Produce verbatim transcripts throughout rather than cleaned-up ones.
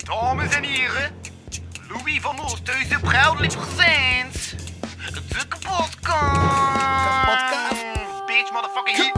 Dames en heren, Louis van Oosthuizen proudly presents de kapotkast. Kapotkast. Bitch, motherfucking hit.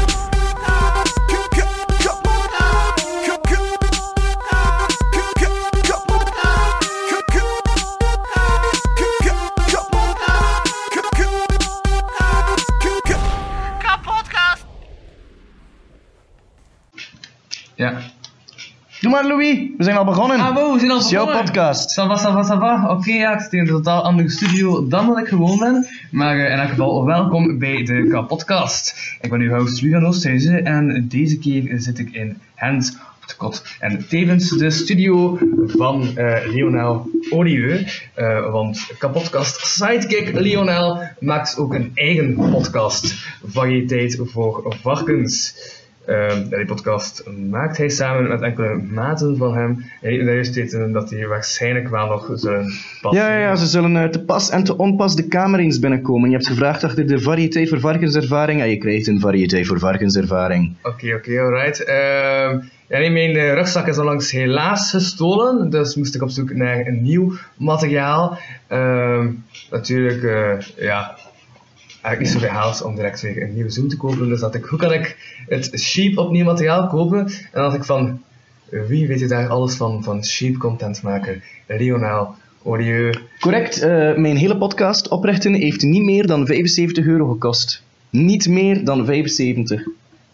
Ja. Doe maar, Louis. We zijn al begonnen. Ah, wow, we zijn al Het is jouw begonnen. podcast. Sava, sava, sava. Oké, okay, ja, ik zit in een totaal andere studio dan dat ik gewoon ben. Maar uh, in elk geval, welkom bij de Kapodcast. Ik ben uw host Louis van Oosthuizen en deze keer zit ik in Hands op de Kot. En tevens de studio van uh, Lionel Odieux. Uh, want Kapodcast sidekick Lionel maakt ook een eigen podcast. Variëteit voor varkens. Uh, die podcast maakt hij samen met enkele maten van hem. En dat juist weten dat die waarschijnlijk wel nog zullen passen. Ja, ja, ja, ze zullen uh, te pas en te onpas de kamer eens binnenkomen. Je hebt gevraagd achter de variëteit voor varkenservaring en je krijgt een variëteit voor varkenservaring. Oké, okay, oké, okay, alright. Uh, ja, nee, mijn uh, rugzak is onlangs helaas gestolen, dus moest ik op zoek naar een nieuw materiaal. Uh, natuurlijk, uh, ja... Eigenlijk niet zo gehaald om direct weer een nieuwe Zoom te kopen. Dus dacht ik, hoe kan ik het cheap op nieuw materiaal kopen? En dan dacht ik van, wie weet je daar alles van, van cheap content maken? Lionel Odieux. Correct, uh, mijn hele podcast oprichten heeft niet meer dan vijfenzeventig euro gekost. Niet meer dan vijfenzeventig.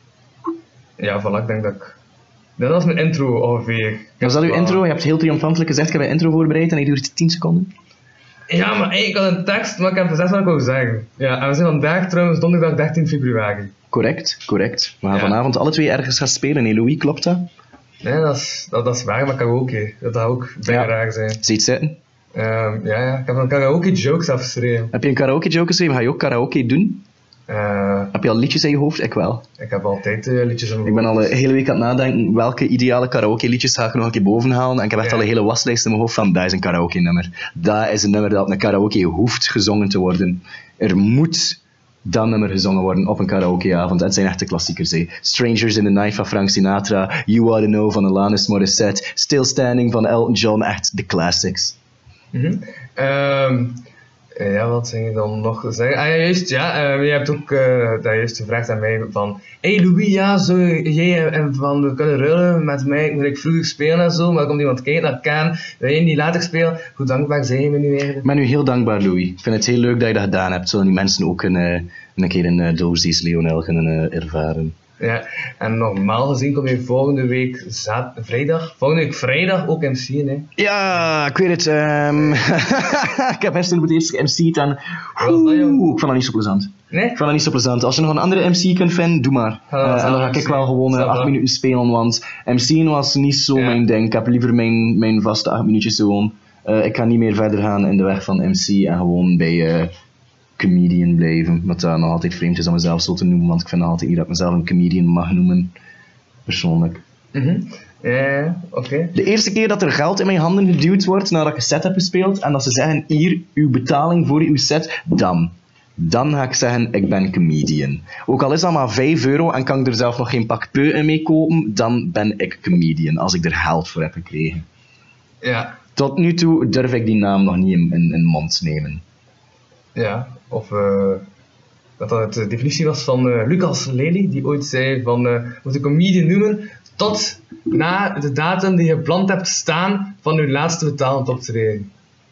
Ja, voilà, ik denk dat ik... Dat was mijn intro ongeveer. Was dat uw intro? Je hebt heel triomfantelijk gezegd, ik heb een intro voorbereid en hij duurt tien seconden. Ja, maar ik had een tekst, maar ik heb gezegd wat ik wou zeggen. Ja, en we zijn vandaag trouwens donderdag dertien februari. Correct, correct. We gaan ja. vanavond alle twee ergens gaan spelen, hè Louis, klopt dat? Nee, dat is, dat, dat is waar, maar karaoke. Dat zou ook bijna ja. raar zijn. Zie je het zitten? Um, ja, ja, ik heb een karaoke jokes afgeschreven. Heb je een karaoke joke geschreven? Ga je ook karaoke doen? Uh, heb je al liedjes in je hoofd? Ik wel. Ik heb altijd uh, liedjes in mijn Ik ben hoofd. al een hele week aan het nadenken welke ideale karaoke liedjes ga ik nog een keer boven halen. En ik heb echt ja. al een hele waslijst in mijn hoofd van dat is een karaoke nummer. Dat is een nummer dat op een karaoke hoeft gezongen te worden. Er moet dat nummer gezongen worden op een karaokeavond. Het zijn echte klassiekers. Hè. Strangers in the Night van Frank Sinatra. You Oughta Know van Alanis Morissette. Still Standing van Elton John. Echt de classics. Mm-hmm. Um, Ja, wat zou je dan nog zeggen? Ah ja, juist, ja. Uh, je hebt ook uh, dat juist gevraagd aan mij van... Hey Louis, ja, zou jij en van we kunnen ruilen met mij? Moet ik vroeger spelen en zo, maar komt iemand kijken naar Kaan. Wil jij niet later spelen? Hoe dankbaar zijn je me nu eigenlijk? Ik ben u heel dankbaar, Louis. Ik vind het heel leuk dat je dat gedaan hebt, zodat die mensen ook een, een keer een dosis Lionel kunnen uh, ervaren. Ja, en normaal gezien kom je volgende week zaad- vrijdag, volgende week vrijdag ook M C'en, hè? Ja, ik weet het. Um... ik heb gisteren voor het eerst M C'd en... Oeh, ik vond dat niet zo plezant. Nee? Ik vond dat niet zo plezant. Als je nog een andere M C kunt vinden, doe maar. Uh, en dan ga ik wel gewoon uh, acht minuten spelen, want M C'en was niet zo ja. mijn ding. Ik heb liever mijn, mijn vaste acht minuutjes gewoon. Uh, ik ga niet meer verder gaan in de weg van M C en gewoon bij... Uh, comedian blijven, wat dat nog altijd vreemd is om mezelf zo te noemen, want ik vind nog altijd niet dat ik mezelf een comedian mag noemen, persoonlijk. Mm-hmm. Ja, oké. Okay. De eerste keer dat er geld in mijn handen geduwd wordt nadat ik een set heb gespeeld en dat ze zeggen, hier, uw betaling voor uw set, dan. Dan ga ik zeggen, ik ben comedian. Ook al is dat maar vijf euro en kan ik er zelf nog geen pak peu in mee kopen, dan ben ik comedian, als ik er geld voor heb gekregen. Ja. Tot nu toe durf ik die naam nog niet in, in, in mond nemen. Ja, of uh, dat dat de definitie was van uh, Lucas Lely, die ooit zei van, uh, moet een comedian noemen, tot na de datum die je gepland hebt staan van je laatste betaald optreden.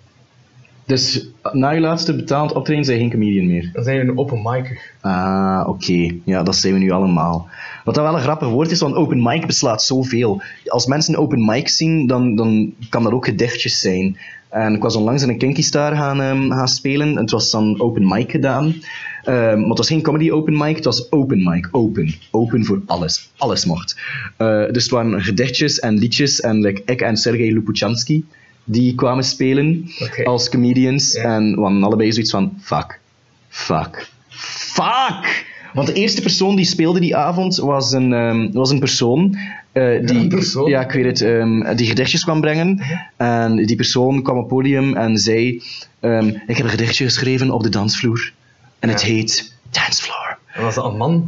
Dus na je laatste betaald optreden zijn je geen comedian meer? Dan zijn je een open micer. Ah, oké. Okay. Ja, dat zijn we nu allemaal. Wat dat wel een grappig woord is, want open mic beslaat zoveel. Als mensen open mic zien, dan, dan kan dat ook gedichtjes zijn. En ik was onlangs in een Kinky Star gaan, um, gaan spelen. Het was dan open mic gedaan. Um, maar het was geen comedy open mic, het was open mic. Open. Open voor alles. Alles mocht. Uh, dus het waren gedichtjes en liedjes. En like, ik en Sergej Lupuchansky, die kwamen spelen okay. als comedians. Yeah. En we hadden allebei zoiets van, fuck. Fuck. Fuck! Want de eerste persoon die speelde die avond was een, um, was een persoon... Uh, die, ja, persoon. ja, ik weet het, um, die gedichtjes kwam brengen. En die persoon kwam op het podium en zei... Um, ik heb een gedichtje geschreven op de dansvloer. En het ja. heet Dancefloor. En was dat een man?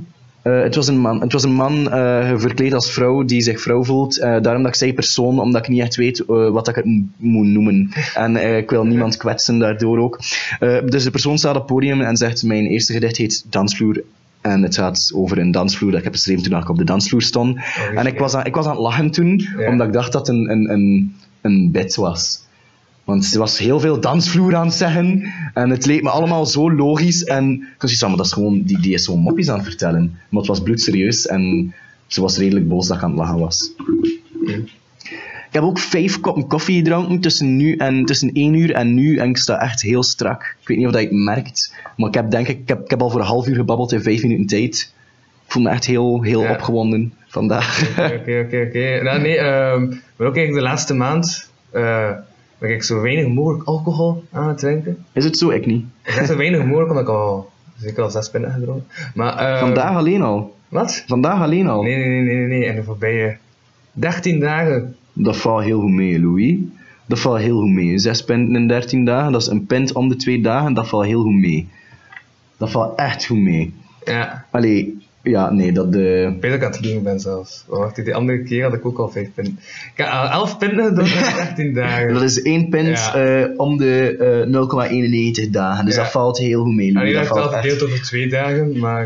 Uh, het was een man, het was een man uh, verkleed als vrouw die zich vrouw voelt. Uh, daarom dat ik zei persoon, omdat ik niet echt weet uh, wat ik het m- moet noemen. En uh, ik wil niemand kwetsen daardoor ook. Uh, dus de persoon staat op het podium en zegt: mijn eerste gedicht heet Dansvloer. En het gaat over een dansvloer dat ik heb beschreven toen ik op de dansvloer stond. Oh, en ik was, aan, ik was aan het lachen toen, ja. omdat ik dacht dat het een, een, een, een bit was. Want ze was heel veel dansvloer aan het zeggen. En het leek me allemaal zo logisch. En ik was zoiets van, maar dat is gewoon, die, die is gewoon mopjes aan het vertellen. Maar het was bloedserieus. En ze was redelijk boos dat ik aan het lachen was. Mm. Ik heb ook vijf koppen koffie gedronken tussen, nu en, tussen één uur en nu. En ik sta echt heel strak. Ik weet niet of dat je het merkt. Maar ik heb, denk ik, ik heb, ik heb al voor een half uur gebabbeld in vijf minuten tijd. Ik voel me echt heel, heel ja. opgewonden vandaag. Oké, oké, oké. Nou, nee, um, maar ook eigenlijk de laatste maand... Uh, ben ik zo weinig mogelijk alcohol aan het drinken. Is het zo? Ik niet. Ik heb zo weinig mogelijk, omdat ik al zeker al zes pinnen gedronken. Maar, uh, Vandaag alleen al? Wat? Vandaag alleen al? Nee, nee, nee, nee, nee. En de voorbije dertien dagen. Dat valt heel goed mee, Louis. Dat valt heel goed mee. Zes pinten in dertien dagen, dat is een pint om de twee dagen, dat valt heel goed mee. Dat valt echt goed mee. Ja. Allee... Ja, nee, dat de... Ik weet dat ik aan het vliegen ben zelfs. Wacht, die andere keer had ik ook al vijf pinten. Ik heb al elf pinten gedaan in dertien dagen. Dat is één pint ja. uh, om de uh, nul komma eenennegentig dagen. Dus ja. dat valt heel goed mee. En nu heb ik het al verdeeld over twee dagen, maar...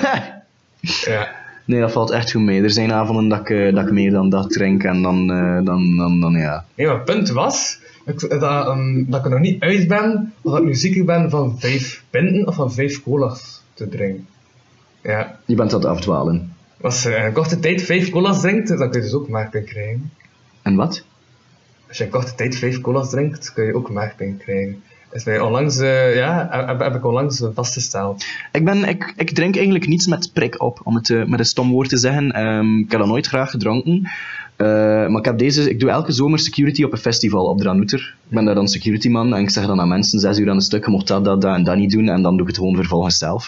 ja. Nee, dat valt echt goed mee. Er zijn avonden dat ik, uh, dat ik meer dan dat drink en dan, uh, dan, dan, dan ja. Nee, maar het punt was... Ik, dat, um, dat ik er nog niet uit ben, of dat ik nu zieker ben van vijf pinten of van vijf cola's te drinken. Ja. Je bent aan het afdwalen. Als je in een korte tijd vijf cola's drinkt, dan kun je dus ook maagpijn krijgen. En wat? Als je in een korte tijd vijf cola's drinkt, kun je ook maagpijn krijgen. Dus bij onlangs, uh, ja, heb, heb ik onlangs vastgesteld. Ik, ben, ik, ik drink eigenlijk niets met prik op, om het uh, met een stom woord te zeggen. Um, ik heb dat nooit graag gedronken. Uh, maar ik, heb deze, ik doe elke zomer security op een festival op Dranouter. Ik ben daar dan security man en ik zeg dan aan mensen zes uur aan een stuk, je mocht dat, dat, dat en dat niet doen. En dan doe ik het gewoon vervolgens zelf.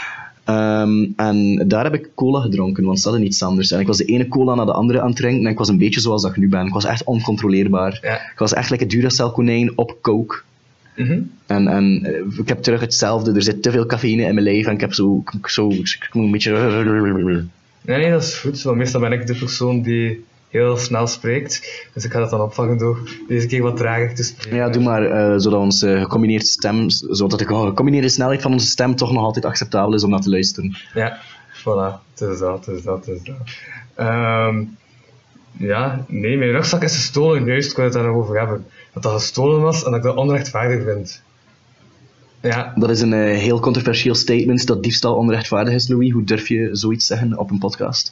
Um, en daar heb ik cola gedronken, want ze hadden niets anders. En ik was de ene cola na de andere aan het drinken en ik was een beetje zoals dat ik nu ben. Ik was echt oncontroleerbaar. Ja. Ik was echt like een Duracell konijn op coke. Mm-hmm. En, en ik heb terug hetzelfde. Er zit te veel cafeïne in mijn lijf en ik heb zo, zo ik een beetje... Nee, nee, dat is goed. Want meestal ben ik de persoon die heel snel spreekt. Dus ik ga dat dan opvangen door deze keer wat trager te spreken. Ja, doe maar, uh, zodat onze gecombineerde stem, zodat de gecombineerde snelheid van onze stem toch nog altijd acceptabel is om naar te luisteren. Ja, voilà. Het is dat, het is dat, het is dat. Um, ja, nee, mijn rugzak is gestolen. Juist, ik wil het daar nog over hebben. Dat dat gestolen was en dat ik dat onrechtvaardig vind. Ja. Dat is een uh, heel controversieel statement, dat diefstal onrechtvaardig is, Louis. Hoe durf je zoiets zeggen op een podcast?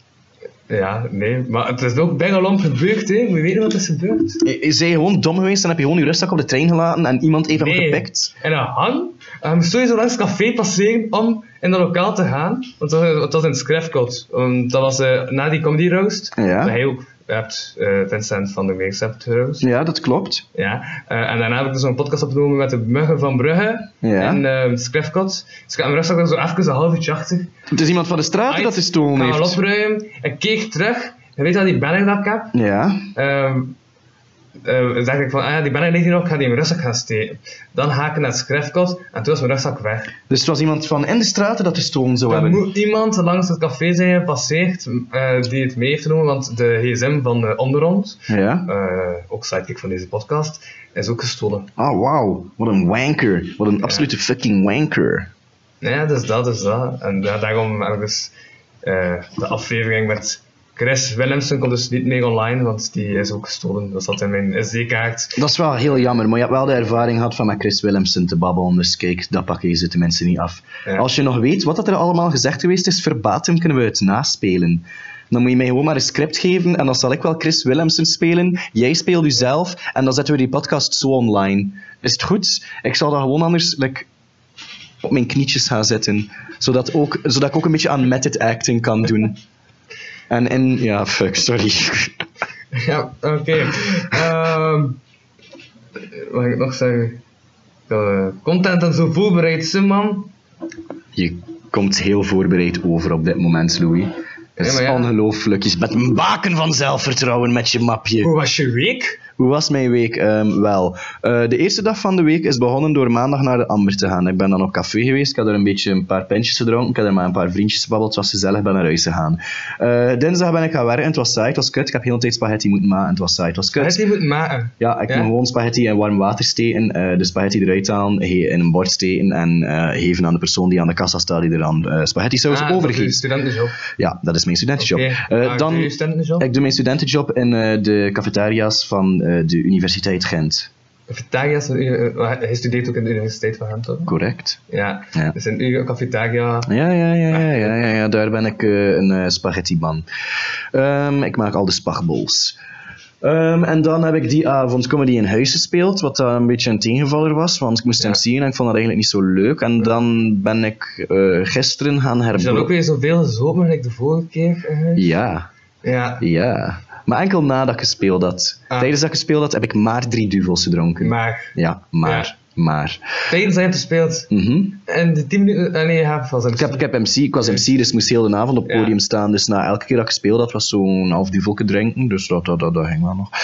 Ja, nee, maar het is ook bengelam gebeurd, hè. Moet je weten wat er is gebeurd? Je zei gewoon dom geweest en heb je gewoon je rugzak op de trein gelaten en iemand heeft hem nee. gepikt? En een hang. Je moest sowieso langs het café passeren om in dat lokaal te gaan. Want dat, dat was in Screfcot. Um, dat was uh, na die comedy roast. Ja. Dat hij ook hebt, uh, Vincent van der Meers hebt geroast. Ja, dat klopt. Ja. Uh, en daarna heb ik dus een podcast opgenomen met de Muggen van Brugge. Ja. In uh, Screfcot. Dus ik heb mijn rugzak zo even een half uurtje achter. Het is iemand van de straat die dat de stoel heeft. Ik ga opruimen. Ik keek terug. Je weet dat die banner dat ik heb? Ja. Um, uh, dan dacht ik van, ah ja, die banner ligt hier nog, ik ga die in mijn rugzak gaan steken. Dan ga ik naar het Screfcot en toen was mijn rugzak weg. Dus het was iemand van in de straten dat de stoel zou er hebben? Er moet iemand langs het café zijn gepasseerd uh, die het mee heeft genomen, want de gsm van uh, onder ons, ja. uh, ook sidekick van deze podcast, is ook gestolen. Oh wauw, wat een wanker. Wat een absolute ja. fucking wanker. Ja, dus dat is dat. En uh, daarom heb ik dus uh, de aflevering met Chris Willemsen komt dus niet meer online, want die is ook gestolen. Dat zat in mijn S D-kaart. Dat is wel heel jammer, maar je hebt wel de ervaring gehad van met Chris Willemsen te babbelen, dus kijk, dat pakken ze tenminste niet af. Ja. Als je nog weet wat er allemaal gezegd geweest is, verbatim kunnen we het naspelen. Dan moet je mij gewoon maar een script geven en dan zal ik wel Chris Willemsen spelen, jij speelt jezelf en dan zetten we die podcast zo online. Is het goed? Ik zal dat gewoon anders like, op mijn knietjes gaan zetten, zodat, ook, zodat ik ook een beetje aan method acting kan doen. En, en ja, fuck, sorry. Ja, oké. Okay. Um, wat ga ik nog zeggen? Uh, content en zo voorbereid, ze man. Je komt heel voorbereid over op dit moment, Louis. Het is ja, ja. ongelooflijk. Je bent een baken van zelfvertrouwen met je mapje. Hoe was je week? Hoe was mijn week? Um, wel, uh, de eerste dag van de week is begonnen door maandag naar de Amber te gaan. Ik ben dan op café geweest, ik heb er een beetje een paar pintjes gedronken, ik heb er maar een paar vriendjes gebabbeld, het was gezellig, ik ben naar huis gegaan. Uh, dinsdag ben ik gaan werken, het was saai, het was kut, ik heb heel de tijd spaghetti moeten maken, het was saai, het was kut. Spaghetti moeten maken? Ja, ik ja? moet gewoon spaghetti in warm water steken, uh, de spaghetti eruit halen, in een bord steken en uh, geven aan de persoon die aan de kassa staat die er dan uh, spaghetti saus ah, overgeeft. Dat is studentenjob. Ja, dat is mijn studentenjob. Okay. Uh, dan, doe je studentenjob? Ik doe mijn studentenjob in uh, de cafetaria's van uh, de Universiteit Gent. Cafetaria's, hij studeert ook in de Universiteit van Gent, toch? Correct. Ja, ja. Dus in uw cafetaria... Ja, ja, ja, ja, ja, ja, ja. Daar ben ik uh, een uh, spaghetti-man. Um, ik maak al de spagbols. Um, en dan heb ik die avond comedy in huis gespeeld, wat uh, een beetje een tegenvaller was, want ik moest ja. hem zien en ik vond dat eigenlijk niet zo leuk. En dan ben ik uh, gisteren gaan herbouwen. Is dat ook weer zoveel gezopen als de vorige keer? Uh, ja. Ja. Ja. Maar enkel nadat ik gespeeld had. Ah. Tijdens dat ik gespeeld had, heb ik maar drie duvels gedronken. Maar. Ja, maar. Ja. Maar. Tijdens dat je hebt gespeeld. Mm-hmm. En de tien minuten. Ah, nee, je was M C. Ik, heb, ik, heb M C, ik was M C, dus ik moest heel de avond op het podium ja. staan. Dus na elke keer dat ik gespeeld had, was zo'n half duvelke drinken. Dus dat, dat, dat, dat ging wel nog.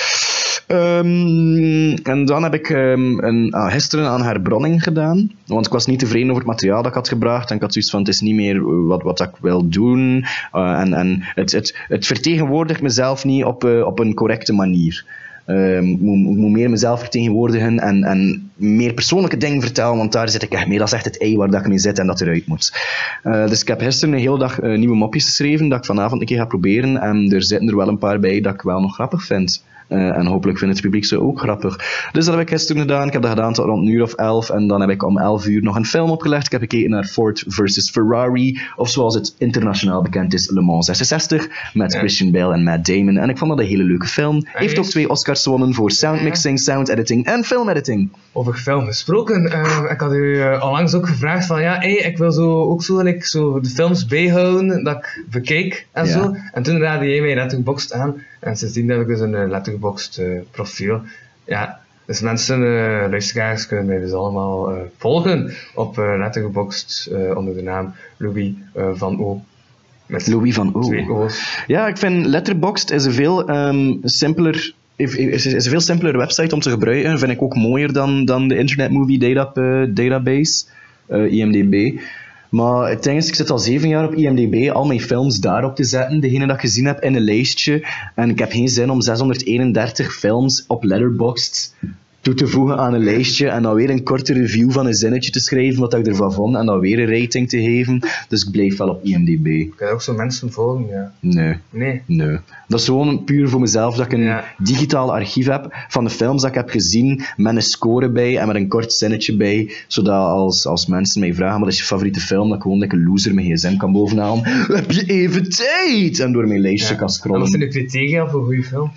Um, en dan heb ik um, een, uh, gisteren aan herbronning gedaan. Want ik was niet tevreden over het materiaal dat ik had gebracht. En ik had zoiets van, het is niet meer wat, wat ik wil doen. Uh, en en het, het, het vertegenwoordigt mezelf niet op, uh, op een correcte manier. Uh, ik moet, moet meer mezelf vertegenwoordigen en, en meer persoonlijke dingen vertellen, want daar zit ik echt mee. Dat is echt het ei waar dat ik mee zit en dat eruit moet. Uh, dus ik heb gisteren een hele dag uh, nieuwe mopjes geschreven, dat ik vanavond een keer ga proberen. En er zitten er wel een paar bij dat ik wel nog grappig vind. Uh, en hopelijk vindt het publiek ze ook grappig. Dus dat heb ik gisteren gedaan. Ik heb dat gedaan tot rond een uur of elf. En dan heb ik om elf uur nog een film opgelegd. Ik heb gekeken naar Ford versus Ferrari. Of zoals het internationaal bekend is, Le Mans zesenzestig. Met ja. Christian Bale en Matt Damon. En ik vond dat een hele leuke film. Hij heeft ook twee Oscars gewonnen voor soundmixing, sound editing en filmediting. Over film gesproken. Uh, ik had u uh, onlangs ook gevraagd van ja, hey, ik wil zo, ook zo, like, zo de films bijhouden dat ik bekijk en ja. zo. En toen raadde jij mij Letterboxd aan. En sindsdien heb ik dus een uh, Letterboxd uh, profiel. Ja, dus mensen, uh, luisteraars, kunnen mij dus allemaal uh, volgen op uh, Letterboxd uh, onder de naam Louis uh, van O. Met Louis van O. Twee O's. Ja, ik vind Letterboxd is een veel um, simpeler... is een veel simpeler website om te gebruiken. Vind ik ook mooier dan, dan de Internet Movie data, uh, Database, uh, I M D B. Maar het ding is, ik zit al zeven jaar op I M D B, al mijn films daarop te zetten, degene dat ik gezien heb, in een lijstje. En ik heb geen zin om zeshonderdeenendertig films op Letterboxd toe te voegen aan een lijstje en dan weer een korte review van een zinnetje te schrijven wat ik ervan vond en dan weer een rating te geven. Dus ik blijf wel op I M D B. Kan je ook zo mensen volgen? Ja. Nee. Nee? Nee. Dat is gewoon puur voor mezelf dat ik een ja. digitaal archief heb van de films dat ik heb gezien met een score bij en met een kort zinnetje bij, zodat als, als mensen mij vragen wat is je favoriete film, dat ik gewoon like een loser mijn gsm kan bovenhalen. Heb je even tijd? En door mijn lijstje ja. kan scrollen. Wat zijn de criteria voor een goede film?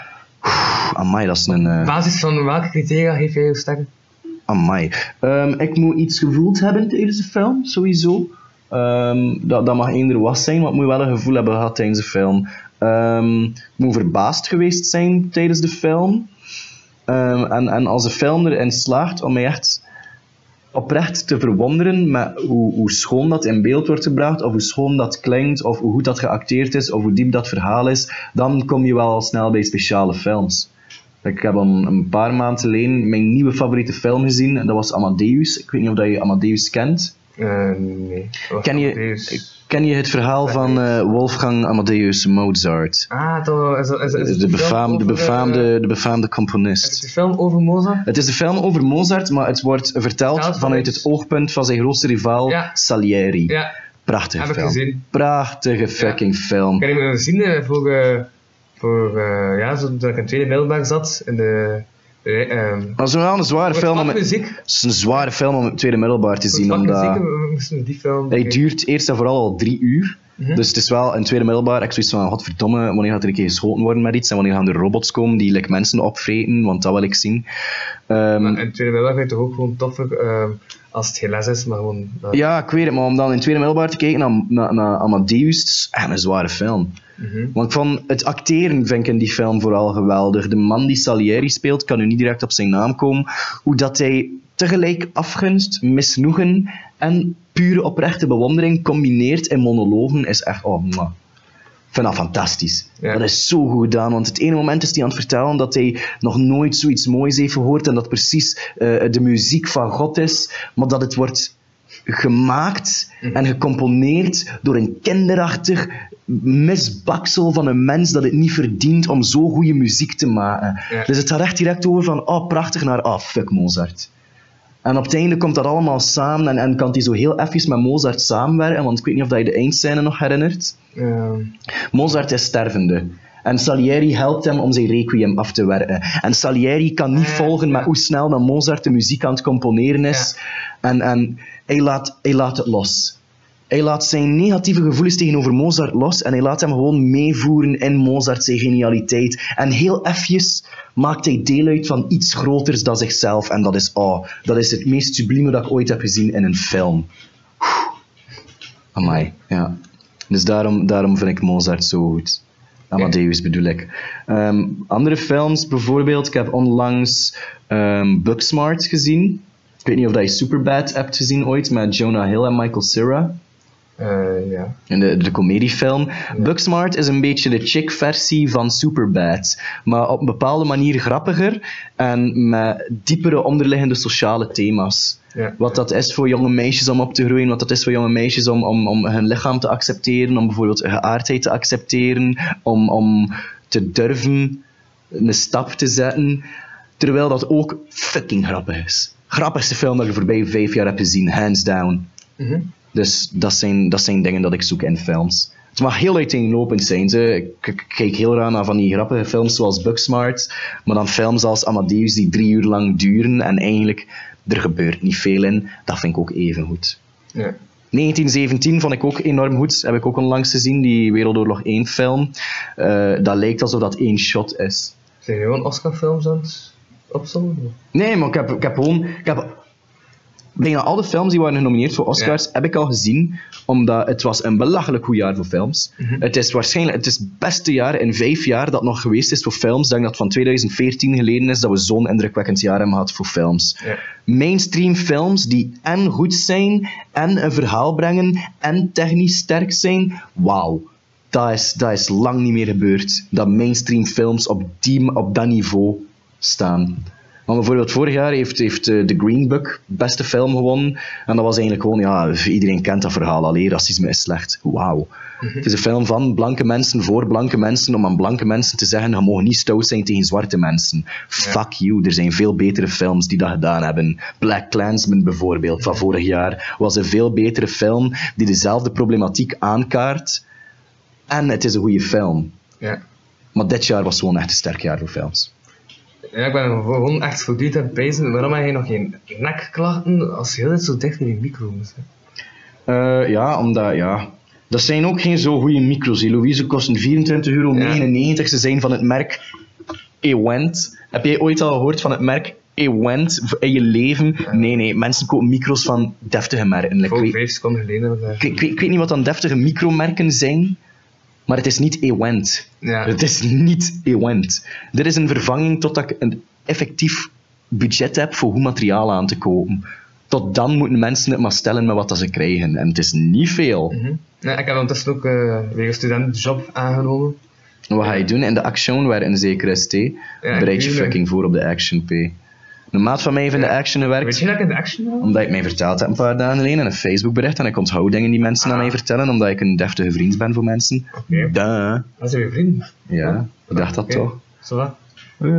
Amai, dat is een... Uh... Op basis van welke criteria geef jij je sterren? Amai. Um, ik moet iets gevoeld hebben tijdens de film, sowieso. Um, dat, dat mag eender wat zijn, maar ik moet wel een gevoel hebben gehad tijdens de film. Um, ik moet verbaasd geweest zijn tijdens de film. Um, en, en als de film erin slaagt om mij echt oprecht te verwonderen met hoe, hoe schoon dat in beeld wordt gebracht, of hoe schoon dat klinkt, of hoe goed dat geacteerd is, of hoe diep dat verhaal is, dan kom je wel snel bij speciale films. Ik heb een, een paar maanden geleden mijn nieuwe favoriete film gezien, en dat was Amadeus. Ik weet niet of dat je Amadeus kent. Uh, nee. Ken je, ken je het verhaal van uh, Wolfgang Amadeus Mozart? Ah, toch, is, is, is, is de, befaamde, de, befaamde, de befaamde componist. Het is de film over Mozart? Het is de film over Mozart, maar het wordt verteld vanuit, vanuit het oogpunt van zijn grootste rivaal, ja. Salieri. Ja. Prachtige Heb film. Ik gezien. Prachtige fucking ja. film. Ik heb hem gezien voor, uh, voor uh, ja, zo, toen ik in tweede middelbaar zat, in de... Um, dat is wel een zware film om het is een zware film om het tweede middelbaar te zien, omdat muziek, die film hij duurt eerst en vooral al drie uur. Mm-hmm. Dus het is wel een tweede middelbaar. Ik zoiets van, godverdomme, wanneer gaat er een keer geschoten worden met iets en wanneer gaan er robots komen die like, mensen opvreten, want dat wil ik zien. Um, maar in het tweede middelbaar vind je toch ook gewoon toffer um, als het geen les is, maar gewoon... Uh... Ja, ik weet het, maar om dan in het tweede middelbaar te kijken naar, naar, naar Amadeus, het is echt een zware film. Mm-hmm. Want van het acteren vind ik in die film vooral geweldig. De man die Salieri speelt, kan nu niet direct op zijn naam komen. Hoe dat hij tegelijk afgunst, misnoegen en pure oprechte bewondering combineert in monologen is echt... Oh, mwah. Ik vind dat fantastisch. Ja. Dat is zo goed gedaan, want het ene moment is hij aan het vertellen dat hij nog nooit zoiets moois heeft gehoord en dat precies uh, de muziek van God is, maar dat het wordt gemaakt en gecomponeerd door een kinderachtig misbaksel van een mens dat het niet verdient om zo goede muziek te maken. Ja. Dus het gaat echt direct over van, oh prachtig, naar, oh fuck Mozart. En op het einde komt dat allemaal samen en, en kan hij zo heel even met Mozart samenwerken, want ik weet niet of dat je de eindscène nog herinnert. Ja. Mozart is stervende. En Salieri helpt hem om zijn requiem af te werken. En Salieri kan niet Ja, volgen met ja. hoe snel dat Mozart de muziek aan het componeren is. En, en hij, laat, hij laat het los. Hij laat zijn negatieve gevoelens tegenover Mozart los en hij laat hem gewoon meevoeren in Mozart zijn genialiteit. En heel efjes maakt hij deel uit van iets groters dan zichzelf. En dat is, oh, dat is het meest sublieme dat ik ooit heb gezien in een film. Amai, ja. Dus daarom, daarom vind ik Mozart zo goed. Amadeus bedoel ik. Um, andere films, bijvoorbeeld, ik heb onlangs um, Booksmart gezien. Ik weet niet of dat je Superbad hebt gezien ooit, met Jonah Hill en Michael Cera. Uh, ja. In de, de comediefilm. Ja. Booksmart is een beetje de chick versie van Superbad. Maar op een bepaalde manier grappiger en met diepere onderliggende sociale thema's. Ja. Wat dat is voor jonge meisjes om op te groeien, wat dat is voor jonge meisjes om, om, om hun lichaam te accepteren, om bijvoorbeeld geaardheid te accepteren, om, om te durven een stap te zetten. Terwijl dat ook fucking grappig is. Grappigste film dat ik de voorbije vijf jaar heb gezien, hands down. Mm-hmm. Dus dat zijn, dat zijn dingen dat ik zoek in films. Het mag heel uiteenlopend zijn. Ze. Ik, ik kijk heel raar naar van die grappige films zoals Booksmart, maar dan films als Amadeus die drie uur lang duren en eigenlijk er gebeurt niet veel in. Dat vind ik ook even goed. Ja. negentien zeventien vond ik ook enorm goed. Heb ik ook onlangs gezien, die Wereldoorlog één film. Uh, dat lijkt alsof dat één shot is. Zijn je gewoon Oscar-films aan het opzommen? Nee, maar ik heb, ik heb gewoon... Ik heb, bijna alle films die waren genomineerd voor Oscars, ja. heb ik al gezien, omdat het was een belachelijk goed jaar voor films. Mm-hmm. Het is waarschijnlijk het is het beste jaar in vijf jaar dat nog geweest is voor films. Ik denk dat het van twintig veertien geleden is dat we zo'n indrukwekkend jaar hebben gehad voor films. Ja. Mainstream films die en goed zijn, en een verhaal brengen, en technisch sterk zijn, wauw. Dat is, dat is lang niet meer gebeurd. Dat mainstream films op, die, op dat niveau staan. Maar bijvoorbeeld vorig jaar heeft, heeft uh, The Green Book beste film gewonnen. En dat was eigenlijk gewoon, ja, iedereen kent dat verhaal. Allee, racisme is slecht. Wauw. Mm-hmm. Het is een film van blanke mensen voor blanke mensen, om aan blanke mensen te zeggen, je mag niet stout zijn tegen zwarte mensen. Ja. Fuck you, er zijn veel betere films die dat gedaan hebben. Black Klansman bijvoorbeeld, van vorig jaar, was een veel betere film die dezelfde problematiek aankaart. En het is een goede film. Ja. Maar dit jaar was gewoon echt een sterk jaar voor films. Ja, ik ben gewoon echt voortdurend aan het pijzen. Waarom heb je nog geen nekklachten als je heel zo dicht bij die micro moet zijn? Uh, ja, omdat, ja... Dat zijn ook geen zo goede micro's. Die Louise kosten vierentwintig euro negenennegentig. Ja. Ze zijn van het merk Ewent. Heb jij ooit al gehoord van het merk Ewent in je leven? Ja. Nee, nee. Mensen kopen micro's van deftige merken. Voor like, vijf seconden geleden. Ik, ik, ik weet niet wat dan deftige micromerken zijn. Maar het is niet Ewent. Ja. Het is niet Ewent. Dit is een vervanging totdat ik een effectief budget heb voor goed materiaal aan te kopen. Tot dan moeten mensen het maar stellen met wat dat ze krijgen. En het is niet veel. Mm-hmm. Nee, ik heb ondertussen ook uh, weer een studentenjob aangenomen. Wat ga je doen? In de Action, waar een zekere is T. Ja, bereid je fucking voor op de Action, P. Een maat van mij heeft in de Action gewerkt. Weet je dat ik in de Action ben? Omdat ik mij verteld heb een paar dagen geleden in een Facebookbericht. En ik onthoud dingen die mensen ah. aan mij vertellen, omdat ik een deftige vriend ben voor mensen. Oké. Okay. Duh. Dat zijn je vrienden? Ja, ik dacht dat okay. toch. Zo wat? nee,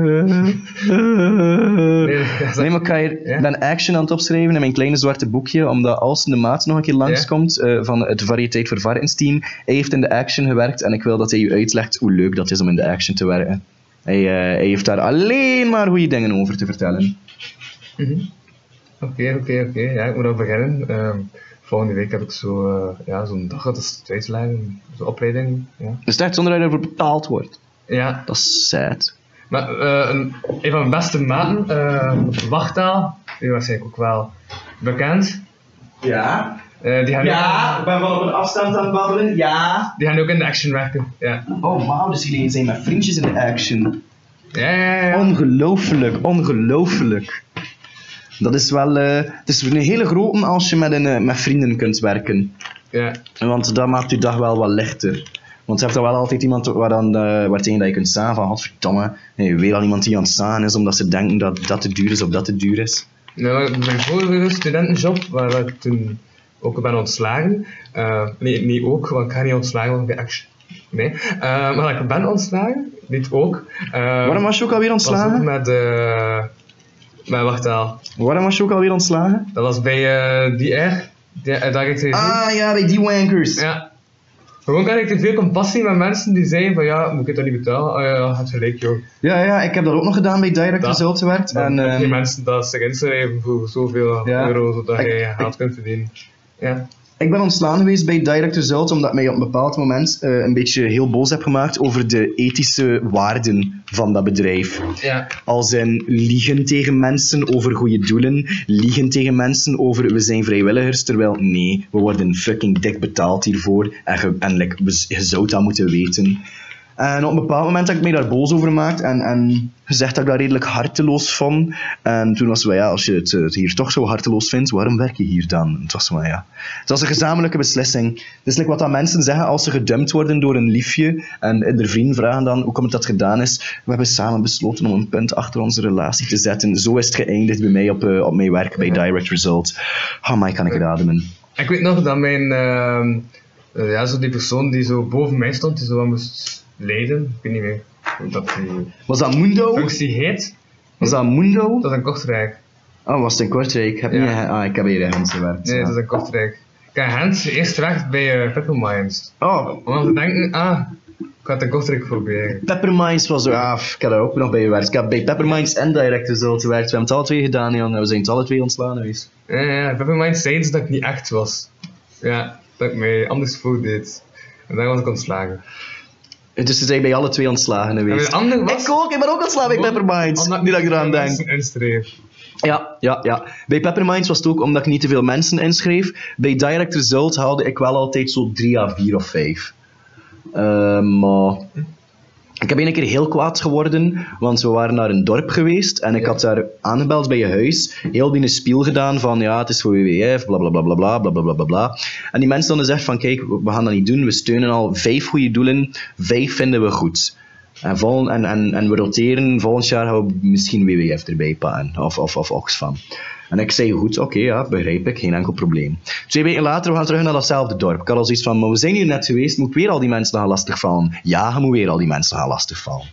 nee, maar ik ga hier, ja? ben Action aan het opschrijven in mijn kleine zwarte boekje, omdat als de maat nog een keer langskomt ja? uh, van het Variëteit voor Varkensteam, hij heeft in de Action gewerkt en ik wil dat hij u uitlegt hoe leuk dat is om in de Action te werken. Hij, uh, hij heeft daar alleen maar goede dingen over te vertellen. Oké, oké, oké. Ja, ik moet al beginnen. Uh, volgende week heb ik zo, uh, ja, zo'n dag, dat is twijfelagen, zo'n opleiding. Ja. Dus echt zonder dat je ervoor betaald wordt. Ja. Dat is sad. Maar uh, een, een van mijn beste maten, uh, Wachtaal, die is waarschijnlijk ook wel bekend. Ja. Uh, die gaan ja, ook, ik ben van op een afstand aan het babbelen. Ja. Die gaan ook in de Action werken. Ja. Oh wauw, dus jullie zijn met vriendjes in de Action. Ja, ja, ja. Ongelooflijk, ongelooflijk. Dat is wel... Uh, het is een hele grote als je met, een, uh, met vrienden kunt werken. Ja. Want dat maakt je dag wel wat lichter. Want je hebt dan wel altijd iemand waar dan, uh, waar tegen dat je kunt staan van, godverdomme, hey, weer al iemand die aan het staan is omdat ze denken dat dat te duur is of dat te duur is. Nou, mijn vorige studentenjob, waar ik toen ook ben ontslagen, uh, nee, niet ook, want ik ga niet ontslagen, want ik ben echt... Nee, uh, maar ik ben ontslagen, niet ook. Uh, Waarom was je ook alweer ontslagen? Dat was ook met, uh, met wacht al. Waarom was je ook alweer ontslagen? Dat was bij uh, die R, die, uh, Direct T V. Ah ja, bij die wankers. Ja. Gewoon kan ik te veel compassie met mensen die zeiden van ja, moet ik het dan niet betalen? Oh ja, het gelijk joh. Ja, ja, ik heb dat ook nog gedaan bij Direct Result gewerkt. Dan en heb je um, mensen dat zich inschrijven voor zoveel ja. euro, zodat ik, je geld kunt verdienen. Ja. Ik ben ontslaan geweest bij Direct Result omdat ik mij op een bepaald moment uh, een beetje heel boos heb gemaakt over de ethische waarden van dat bedrijf. Ja. Als in liegen tegen mensen over goede doelen, liegen tegen mensen over we zijn vrijwilligers, terwijl nee, we worden fucking dik betaald hiervoor en, ge, en like, we, je zou dat moeten weten. En op een bepaald moment heb ik mij daar boos over gemaakt en, en gezegd dat ik dat redelijk harteloos vond. En toen was het ja, als je het, het hier toch zo harteloos vindt, waarom werk je hier dan? Het was wel ja. Het was een gezamenlijke beslissing. Het is like wat dat mensen zeggen als ze gedumpt worden door een liefje en de vrienden vragen dan hoe komt het dat gedaan is. We hebben samen besloten om een punt achter onze relatie te zetten. Zo is het geëindigd bij mij op, uh, op mijn werk bij Direct Result. Oh my, kan ik het ademen. Ik weet nog dat mijn, uh, uh, ja, zo die persoon die zo boven mij stond, die zo wat moest leiden, ik weet niet meer hoe dat die was dat Mundo? functie heet. Was dat Mundo? Dat is in Kortrijk. Oh, was het in Kortrijk? Ik heb, Ja. niet, ah, ik heb hier in Gent gewerkt. Nee, ja. dat is in Kortrijk. Ik heb Gent eerst gewerkt bij uh, Pepperminds. Oh, Om dan te denken, ah, ik ga het in Kortrijk proberen. Pepperminds was zo, ah, ik heb daar ook nog bij gewerkt. Ik heb bij Pepperminds en Direct Result gewerkt. We hebben het alle twee gedaan, Jan. We zijn het alle twee ontslaan geweest. Ja, ja, Pepperminds zeiden ze dat ik niet echt was. Ja, dat ik mij anders voordeed. En daar was ik ontslagen. Dus ze zijn bij alle twee ontslagen geweest. En ander was... Ik ook, ik ben ook ontslagen bij Pepperminds. Omdat Nu dat ik eraan denk. mensen instreef. Ja, ja, ja. Bij Pepperminds was het ook omdat ik niet te veel mensen inschreef. Bij Direct Result haalde ik wel altijd zo drie à vier of vijf. Uh, maar... Ik heb een keer heel kwaad geworden, want we waren naar een dorp geweest en ik Ja. had daar aangebeld bij je huis, heel die spiel gedaan van ja, het is voor W W F, bla bla bla bla bla bla bla bla bla. En die mensen dan zegt van kijk, we gaan dat niet doen, we steunen al vijf goede doelen, vijf vinden we goed. En, vol, en, en, en we roteren, volgend jaar gaan we misschien W W F erbij pakken, of, of, of Oxfam. En ik zei goed, oké, okay, ja, begrijp ik, geen enkel probleem. Twee weken later, we gaan terug naar datzelfde dorp. Ik had al zoiets van, maar we zijn hier net geweest, moet ik weer al die mensen gaan lastigvallen? Ja, je moet weer al die mensen gaan lastigvallen.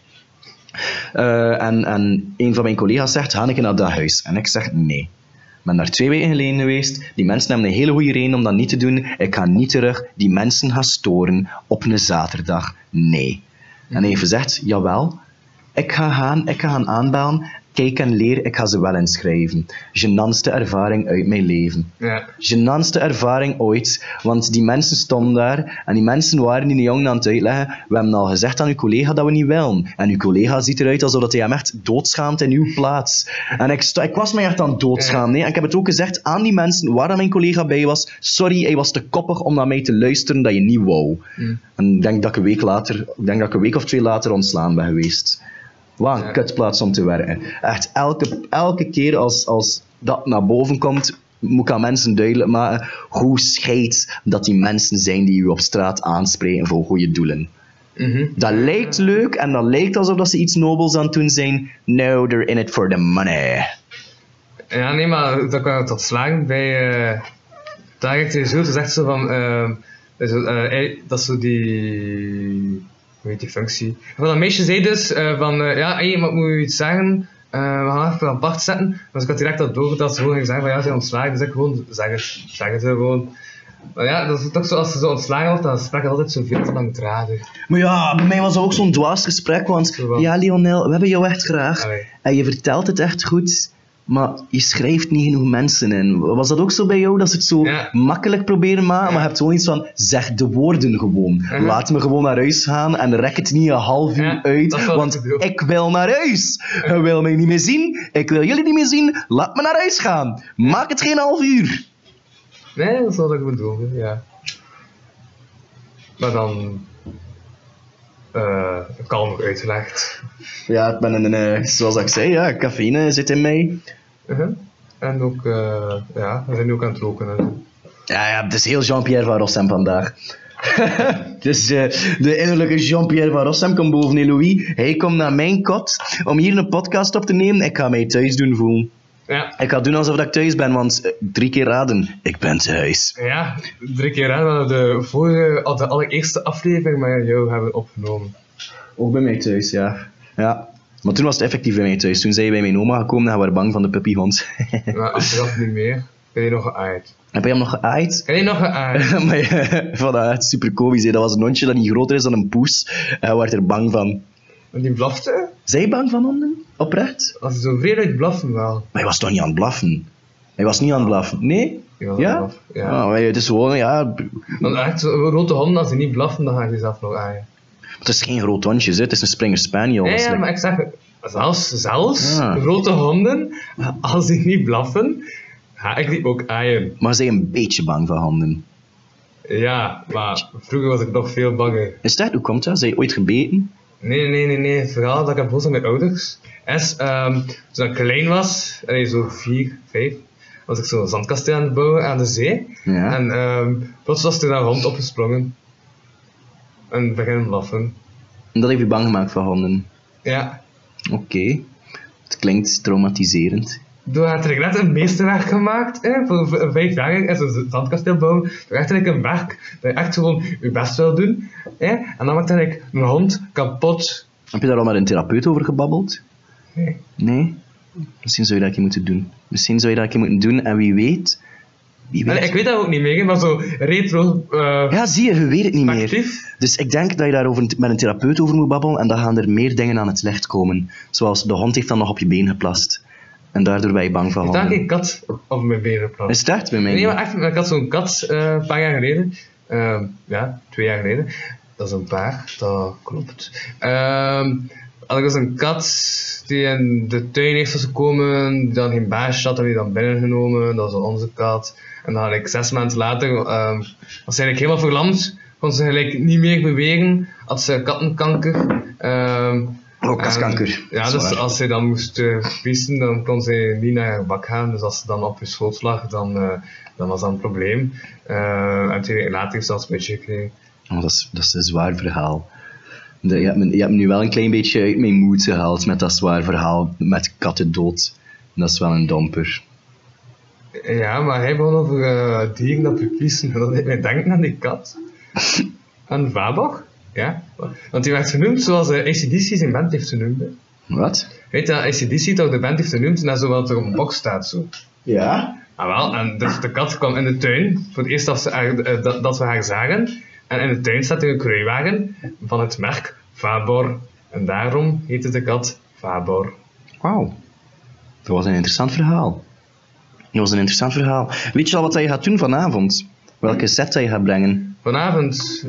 Uh, en, en een van mijn collega's zegt, ga ik naar dat huis? En ik zeg, nee. Ik ben daar twee weken geleden geweest, die mensen hebben een hele goede reden om dat niet te doen. Ik ga niet terug die mensen gaan storen op een zaterdag. Nee. En hij heeft gezegd, jawel, ik ga gaan, ik ga gaan aanbellen. Kijk en leer, ik ga ze wel inschrijven. Genantste ervaring uit mijn leven. Ja. Genantste ervaring ooit, want die mensen stonden daar en die mensen waren die de jongen aan het uitleggen. We hebben al gezegd aan uw collega dat we niet willen. En uw collega ziet eruit alsof hij hem echt doodschaamt in uw plaats. En ik, sta, ik was mij echt aan het doodschamen. Nee? En ik heb het ook gezegd aan die mensen waar mijn collega bij was. Sorry, hij was te koppig om naar mij te luisteren dat je niet wou. Mm. En ik denk dat ik een week later, ik denk dat ik een week of twee later ontslaan ben geweest. Wat een Ja. kutplaats om te werken. Echt, elke, elke keer als, als dat naar boven komt, moet ik aan mensen duidelijk maken hoe scheidt dat die mensen zijn die u op straat aanspreken voor goede doelen. Mm-hmm. Dat lijkt leuk en dat lijkt alsof dat ze iets nobels aan het doen zijn. No, they're in it for the money. Ja, nee, maar dat kan tot slagen bij uh, Direct Result. Dat is echt zo van, uh, dat, is, uh, dat is zo die, hoe heet die functie? Van dat meisje zei dus uh, van, uh, ja, hey, wat moet je iets zeggen? Uh, we gaan even apart zetten. Dus ik had direct dat door dat ze gewoon ging zeggen van ja, ze zijn ontslagen. Dus ik gewoon, zeg het, zeg het gewoon. Maar ja, dat is toch zo, als ze zo ontslagen wordt, dan is het gesprek altijd zo veel te langdradig. Maar ja, bij mij was dat ook zo'n dwaas gesprek, want ja, Lionel, we hebben jou echt graag. Allee. En je vertelt het echt goed, maar je schrijft niet genoeg mensen in. Was dat ook zo bij jou, dat ze het zo Ja. makkelijk proberen maken, Ja. maar je hebt gewoon iets van, zeg de woorden gewoon. Uh-huh. Laat me gewoon naar huis gaan en rek het niet een half uur Ja, uit, dat is wat want ik bedoel. ik wil naar huis. Je wil mij niet meer zien, ik wil jullie niet meer zien, laat me naar huis gaan. Maak het geen half uur. Nee, dat is wat ik bedoel, ja. Maar dan... Uh, kalmer uitgelegd. Ja, ik ben een, uh, zoals ik zei, ja, cafeïne zit in mij. Uh-huh. En ook, uh, ja, we zijn nu ook aan het roken en zo. Ja, ja, het is heel Jean-Pierre van Rossem vandaag. Dus uh, de innerlijke Jean-Pierre van Rossem komt boven in Louis. Hij komt naar mijn kot om hier een podcast op te nemen. Ik ga mij thuis doen voelen. Ja. Ik ga doen alsof ik thuis ben, want uh, drie keer raden, ik ben thuis. Ja, drie keer aan dat we de vorige, de allereerste aflevering met jou hebben opgenomen. Ook bij mij thuis, ja. Ja. Maar toen was het effectief bij mij thuis. Toen zijn je bij mijn oma gekomen en we waren bang van de puppyhond. Maar achteraf niet meer. Ben je nog geaaid? Heb je hem nog geaaid? Heb je nog geaaid? maar ja, van, dat echt super komisch. Hè. Dat was een hondje dat niet groter is dan een poes. En hij werd er bang van. En die blafte? Zijn je bang van honden? Oprecht? Als hij zo veel uit blaffen wel. Maar hij was toch niet aan het blaffen? Hij was niet aan het blaffen? Nee? Ja? Ja? ja. Ah, maar het is gewoon, ja... Want echt, zo'n grote honden, als die niet blaffen, dan ga je zelf nog aaien. Het is geen groot hondje, hè. Het is een Springer Spaniel. Ja, ja, maar ik zeg, zelfs, zelfs ah. grote honden, als die niet blaffen, ga ik die ook aaien. Maar zijn een beetje bang van honden? Ja, maar vroeger was ik nog veel banger. Is dat? Hoe komt dat? Zijn je ooit gebeten? Nee, nee, nee, nee. Het verhaal dat ik heb gehoord van mijn ouders is, um, toen ik klein was, en zo vier, vijf, was ik zo'n zandkasteel aan het bouwen aan de zee. Ja. En um, plots was er een hond opgesprongen. En beginnen blaffen. En dat heeft je bang gemaakt van honden? Ja. Oké. Okay. Het klinkt traumatiserend. Toen had ik net een meesterwerk gemaakt, hè, voor, voor vijf dagen, en zo'n zandkasteel bouwen. Toen echt een werk dat je echt gewoon je best wil doen. Hè. En dan maakte ik een hond kapot. Heb je daar al met een therapeut over gebabbeld? Nee. Nee? Misschien zou je dat een keer moeten doen. Misschien zou je dat een keer moeten doen en wie weet... Wie weet. Allee, ik weet dat ook niet meer, maar zo retro... Uh, ja, zie je, je weet het niet actief. meer. Dus ik denk dat je daarover met een therapeut over moet babbelen en dan gaan er meer dingen aan het licht komen. Zoals de hond heeft dan nog op je been geplast. En daardoor ben je bang van honden. Ik heb een kat op mijn been geplast. Is het echt bij mij? Nee, maar echt, ik had zo'n kat uh, een paar jaar geleden. Uh, ja, twee jaar geleden. Dat is een paar, dat klopt. Uh, had ik dus een kat die in de tuin heeft gekomen, die dan geen baasje had en die dan binnengenomen. Dat was onze kat. En dan had ik zes maanden later, uh, was ze eigenlijk helemaal verlamd. Kon ze eigenlijk niet meer bewegen. Had ze kattenkanker. Uh, Ook katkanker. Ja, dus als ze dan moest uh, pissen, dan kon ze niet naar haar bak gaan. Dus als ze dan op je schoot lag, dan, uh, dan was dat een probleem. Uh, en twee weken later heeft ze dat een beetje gekregen. Oh, dat, is, dat is een zwaar verhaal. De, je, hebt me, je hebt me nu wel een klein beetje uit mijn moed gehaald met dat zwaar verhaal met kattendood. Dat is wel een domper. Ja, maar hij begon over uh, dieren dat pissen. En dat deed mij denken aan die kat. Aan Vabor. Ja, want die werd genoemd zoals uh, A C D C zijn band heeft genoemd. Wat? Weet je dat A C D C toch de band heeft genoemd en zo wat er op een box staat zo? Ja? Ah wel, en dus de kat kwam in de tuin voor het eerst dat, ze haar, uh, dat, dat we haar zagen. En in de tuin staat er een kruiwagen van het merk Vabor. En daarom heette de kat Vabor. Wauw. Dat was een interessant verhaal. Dat was een interessant verhaal. Weet je al wat je gaat doen vanavond? Welke set dat je gaat brengen? Vanavond...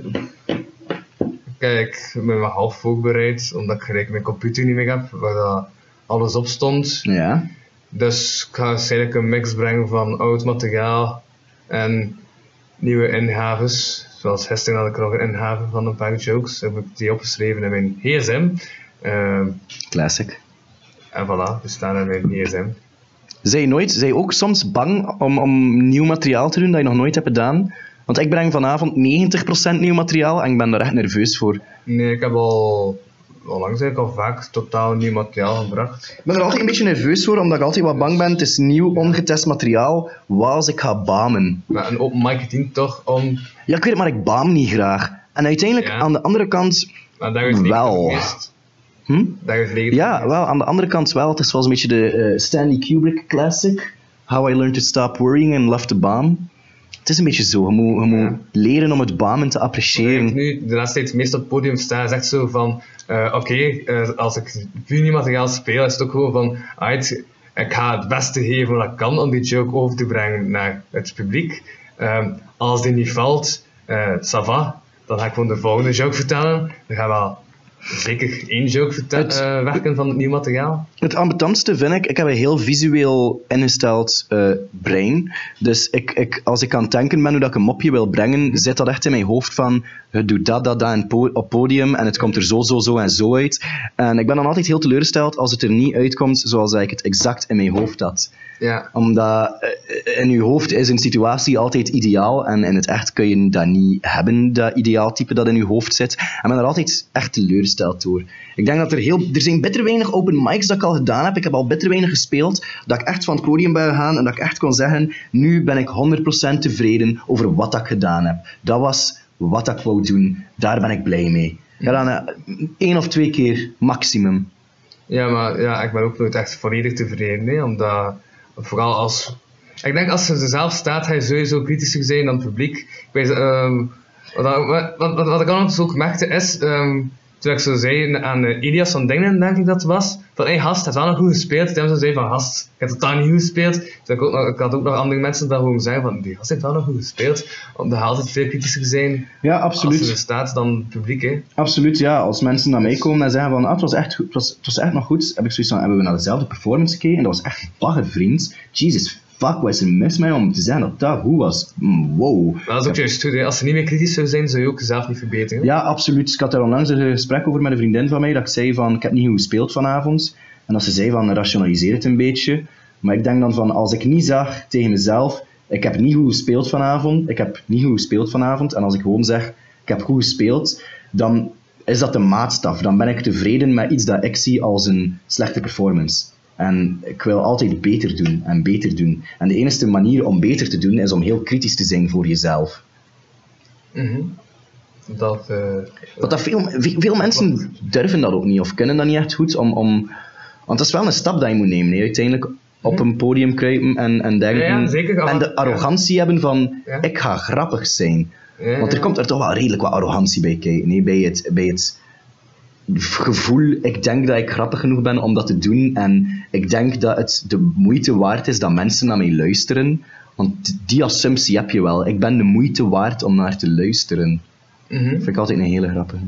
Kijk, ik ben me half voorbereid, omdat ik gelijk mijn computer niet meer heb, waar dat alles op stond. Ja. Dus ik ga waarschijnlijk een mix brengen van oud materiaal en nieuwe ingaves. Zoals gisteren had ik nog een ingave van een paar jokes, heb ik die opgeschreven in mijn gsm. Uh, Classic. En voilà, die staan in mijn gsm. Zij nooit, zij ook soms bang om, om nieuw materiaal te doen dat je nog nooit hebt gedaan? Want ik breng vanavond negentig procent nieuw materiaal en ik ben daar echt nerveus voor. Nee, ik heb al, al langs eigenlijk al vaak totaal nieuw materiaal gebracht. Ik ben er altijd een beetje nerveus voor, omdat ik altijd wat bang ben. Het is nieuw, ongetest materiaal. Wat als ik ga bamen? Maar een open mic dient toch om... Ja, ik weet het, maar ik baam niet graag. En uiteindelijk, ja. Aan de andere kant, maar daar is wel. Hm? Daar is ja, wel, aan de andere kant wel. Het is zoals een beetje de uh, Stanley Kubrick classic. How I Learned to Stop Worrying and Love to Bomb. Het is een beetje zo, je moet, je moet ja. leren om het bamen te appreciëren. Ik nu de laatste tijd meest op het podium sta, is echt zo van, uh, oké, okay, uh, als ik puur materiaal speel, is het ook gewoon van, uit, ik ga het beste geven wat ik kan om die joke over te brengen naar het publiek. Um, als die niet valt, uh, ça va, dan ga ik gewoon de volgende joke vertellen. Dan gaan we wel zeker één joke vertel- het, uh, werken van het nieuw materiaal. Het ambetantste vind ik, ik heb een heel visueel ingesteld uh, brein. Dus ik, ik, als ik aan het denken ben hoe dat ik een mopje wil brengen, zit dat echt in mijn hoofd van, je doet dat, dat, dat po- op podium en het komt er zo, zo, zo en zo uit. En ik ben dan altijd heel teleurgesteld als het er niet uitkomt zoals ik het exact in mijn hoofd had. Ja. Omdat uh, in je hoofd is een situatie altijd ideaal en in het echt kun je dat niet hebben, dat ideaaltype dat in je hoofd zit. En ben er altijd echt teleurgesteld door. Ik denk dat er heel... Er zijn bitter weinig open mics dat ik al gedaan heb. Ik heb al bitter weinig gespeeld, dat ik echt van het podium ben gegaan en dat ik echt kon zeggen, nu ben ik honderd procent tevreden over wat ik gedaan heb. Dat was wat ik wou doen. Daar ben ik blij mee. Ja, dan uh, één of twee keer, maximum. Ja, maar ja, ik ben ook nooit echt volledig tevreden, hè, omdat vooral als... Ik denk als je er zelf staat, ga je sowieso kritischer zijn dan het publiek. Ik weet, um, wat, wat, wat, wat ik altijd ook merkte is, um, toen ik zo zei aan uh, Ilias van Dingen, denk ik dat het was, van hey gast, hij heeft wel nog goed gespeeld. Toen zo zei van gast, je hebt totaal niet goed gespeeld. Toen ik, ook nog, ik had ook nog andere mensen dat gewoon zeggen van die gast heeft wel nog goed gespeeld. Omdat je altijd veel kritischer zijn ja, absoluut. als je er staat dan het publiek. Hè. Absoluut, ja. Als mensen naar mij komen en zeggen van ah, het, was echt goed, het, was, het was echt nog goed, heb ik zoiets van, hebben we naar dezelfde performance gekeken en dat was echt bagger, vriend. Jesus fuck, wat is er mis mee om te zeggen dat dat goed was? Wow. Maar dat is ook juist goed, hè. Als je niet meer kritisch zou zijn, zou je ook jezelf niet verbeteren. Ja, absoluut. Ik had daar onlangs een gesprek over met een vriendin van mij, dat ik zei van, ik heb niet goed gespeeld vanavond. En dat ze zei van, rationaliseer het een beetje. Maar ik denk dan van, als ik niet zag tegen mezelf, ik heb niet goed gespeeld vanavond, ik heb niet goed gespeeld vanavond, en als ik gewoon zeg, ik heb goed gespeeld, dan is dat de maatstaf. Dan ben ik tevreden met iets dat ik zie als een slechte performance. En ik wil altijd beter doen en beter doen. En de enige manier om beter te doen is om heel kritisch te zijn voor jezelf. Mm-hmm. Dat, uh, Wat dat veel, veel mensen durven dat ook niet of kunnen dat niet echt goed. Om, om, want dat is wel een stap dat je moet nemen. Hè. Uiteindelijk op een podium kruipen en, en dergelijke. Ja, ja, zeker. En de arrogantie ja. hebben van ja. ik ga grappig zijn. Ja, want er ja. komt er toch wel redelijk wat arrogantie bij kijken. Hè. Bij het... Bij het gevoel, ik denk dat ik grappig genoeg ben om dat te doen en ik denk dat het de moeite waard is dat mensen naar mij luisteren, want die assumptie heb je wel. Ik ben de moeite waard om naar te luisteren. Mm-hmm. Dat vind ik altijd een hele grappige.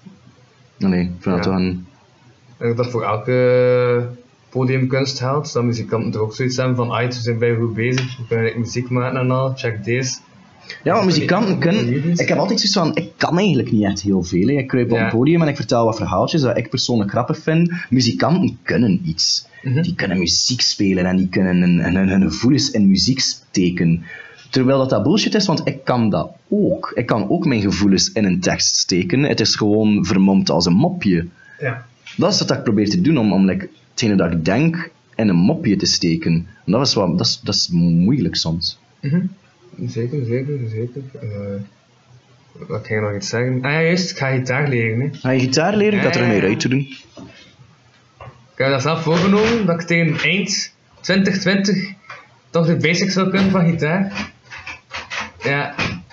Nee, ik vind ja. dat toch een... Ik denk dat voor elke podiumkunst geldt, dat muzikanten toch ook zoiets hebben van ah, we zijn bij goed bezig, we kunnen muziek maken en al, check deze. Ja, maar muzikanten kunnen... Ik heb altijd zoiets van, ik kan eigenlijk niet echt heel veel. Hè. Ik kruip op ja. een podium en ik vertel wat verhaaltjes dat ik persoonlijk grappig vind. Muzikanten kunnen iets. Mm-hmm. Die kunnen muziek spelen en die kunnen hun, hun, hun gevoelens in muziek steken. Terwijl dat dat bullshit is, want ik kan dat ook. Ik kan ook mijn gevoelens in een tekst steken. Het is gewoon vermomd als een mopje. Ja. Dat is wat ik probeer te doen, om, om like, hetgene dat ik denk in een mopje te steken. En dat is, wat, dat is, dat is moeilijk soms. Mm-hmm. Zeker, zeker, zeker. Uh, wat kan je nog iets zeggen? Ah ja, juist, ik ga gitaar leren. Hè. Ga je gitaar leren? Ik had er ja, mee ja. uit te doen. Ik heb dat zelf voorgenomen, dat ik tegen eind twintig twintig toch de basics zou kunnen van gitaar. Ja.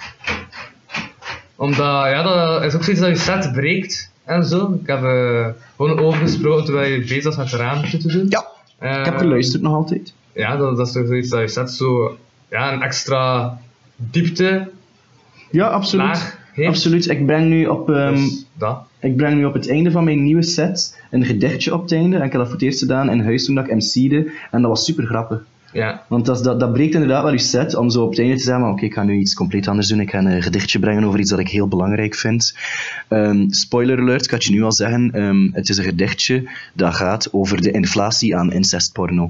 Omdat, ja, dat is ook zoiets dat je set breekt en zo. Ik heb uh, gewoon overgesproken terwijl je bezig was met de raam te doen. Ja, uh, ik heb geluisterd nog altijd. Ja, dat, dat is toch zoiets dat je set zo... Ja, een extra diepte. Ja, absoluut. Laag heeft. Absoluut. Ik breng nu op... Um, dus dat. Ik breng nu op het einde van mijn nieuwe set een gedichtje op het einde. En ik heb dat voor het eerst gedaan in huis toen dat ik M C'de. En dat was super grappig. Ja. Want dat, dat, dat breekt inderdaad wel je set om zo op het einde te zeggen, oké, okay, ik ga nu iets compleet anders doen. Ik ga een gedichtje brengen over iets dat ik heel belangrijk vind. Um, spoiler alert, ik kan je nu al zeggen. Um, het is een gedichtje dat gaat over de inflatie aan incestporno.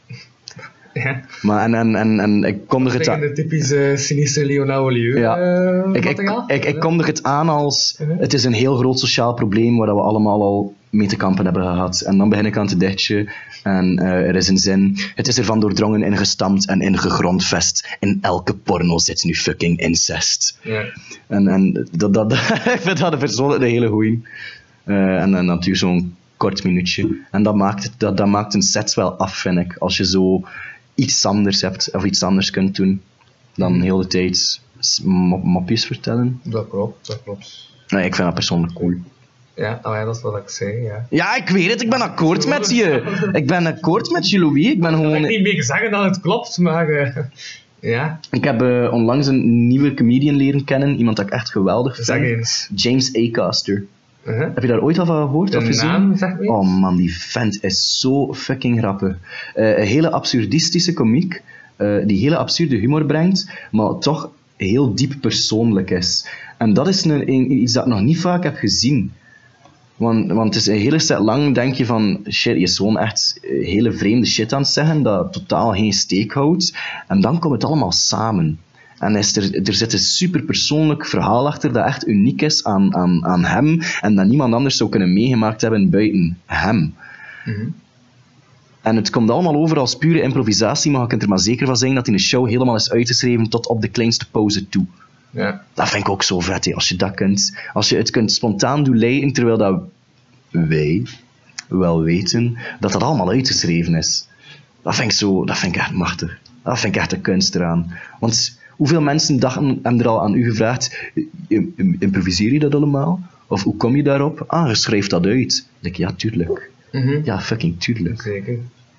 Ja. Maar en, en, en, en ik kondig het aan... de typische cynische Lionel Olieu. Ja. Uh, ik, ik, ik, ik kondig het aan als... Uh-huh. Het is een heel groot sociaal probleem waar we allemaal al mee te kampen hebben gehad. En dan begin ik aan het gedichtje. En uh, er is een zin. Het is ervan doordrongen, ingestampt en ingegrondvest. In elke porno zit nu fucking incest. Ja. En, en dat, dat, ik vind dat persoonlijk een hele goeie. Uh, en, en natuurlijk zo'n kort minuutje. En dat maakt, dat, dat maakt een set wel af, vind ik. Als je zo iets anders hebt, of iets anders kunt doen, dan heel de tijd mop, mopjes vertellen. Dat klopt, dat klopt. Nee, ik vind dat persoonlijk cool. Ja, oh ja, dat is wat ik zei, ja. Ja, ik weet het, ik ben akkoord met je. Ik ben akkoord met je, Louis. Ik ben gewoon... Ik kan niet meer zeggen dat het klopt, maar... Uh, ja. Ik heb uh, onlangs een nieuwe comedian leren kennen, iemand dat ik echt geweldig vind. Zeg eens. James Acaster. Uh-huh. Heb je daar ooit al van gehoord de of gezien? Naam, zeg maar. Oh man, die vent is zo fucking grappig. Uh, een hele absurdistische komiek, uh, die hele absurde humor brengt, maar toch heel diep persoonlijk is. En dat is een, een, iets dat ik nog niet vaak heb gezien. Want, want het is een hele set lang, denk je van, shit, je is gewoon echt hele vreemde shit aan het zeggen, dat totaal geen steek houdt. En dan komt het allemaal samen. En is er, er zit een superpersoonlijk verhaal achter dat echt uniek is aan, aan, aan hem en dat niemand anders zou kunnen meegemaakt hebben buiten hem. Mm-hmm. En het komt allemaal over als pure improvisatie, maar je kunt er maar zeker van zijn dat in de show helemaal is uitgeschreven tot op de kleinste pauze toe. Ja. Dat vind ik ook zo vet, hè, als je dat kunt. Als je het kunt spontaan doen leiden, terwijl dat wij wel weten dat dat allemaal uitgeschreven is. Dat vind ik, zo, dat vind ik echt machtig. Dat vind ik echt de kunst eraan. Want hoeveel mensen dachten, hebben er al aan u gevraagd, improviseer je dat allemaal? Of hoe kom je daarop? Ah, je schrijft dat uit. Dan denk ik, ja, tuurlijk. Mm-hmm. Ja, fucking tuurlijk. Zeker.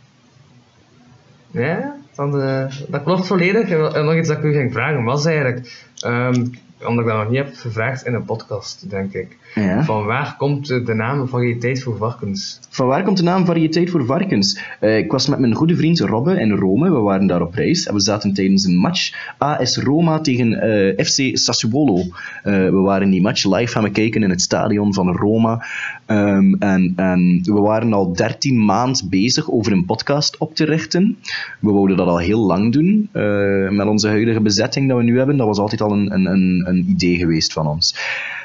Ja, dan, uh, dat klopt volledig. En, en nog iets dat ik u ging vragen was eigenlijk, um, omdat ik dat nog niet heb gevraagd in een podcast, denk ik. Ja. Van waar komt de naam Variëteit voor Varkens? Van waar komt de naam Variëteit voor Varkens? Uh, ik was met mijn goede vriend Robbe in Rome, we waren daar op reis en we zaten tijdens een match A S Roma tegen uh, F C Sassuolo. Uh, we waren die match live gaan kijken in het stadion van Roma. Um, en, en we waren al dertien maanden bezig over een podcast op te richten. We wouden dat al heel lang doen, uh, met onze huidige bezetting dat we nu hebben. Dat was altijd al een, een, een, een idee geweest van ons.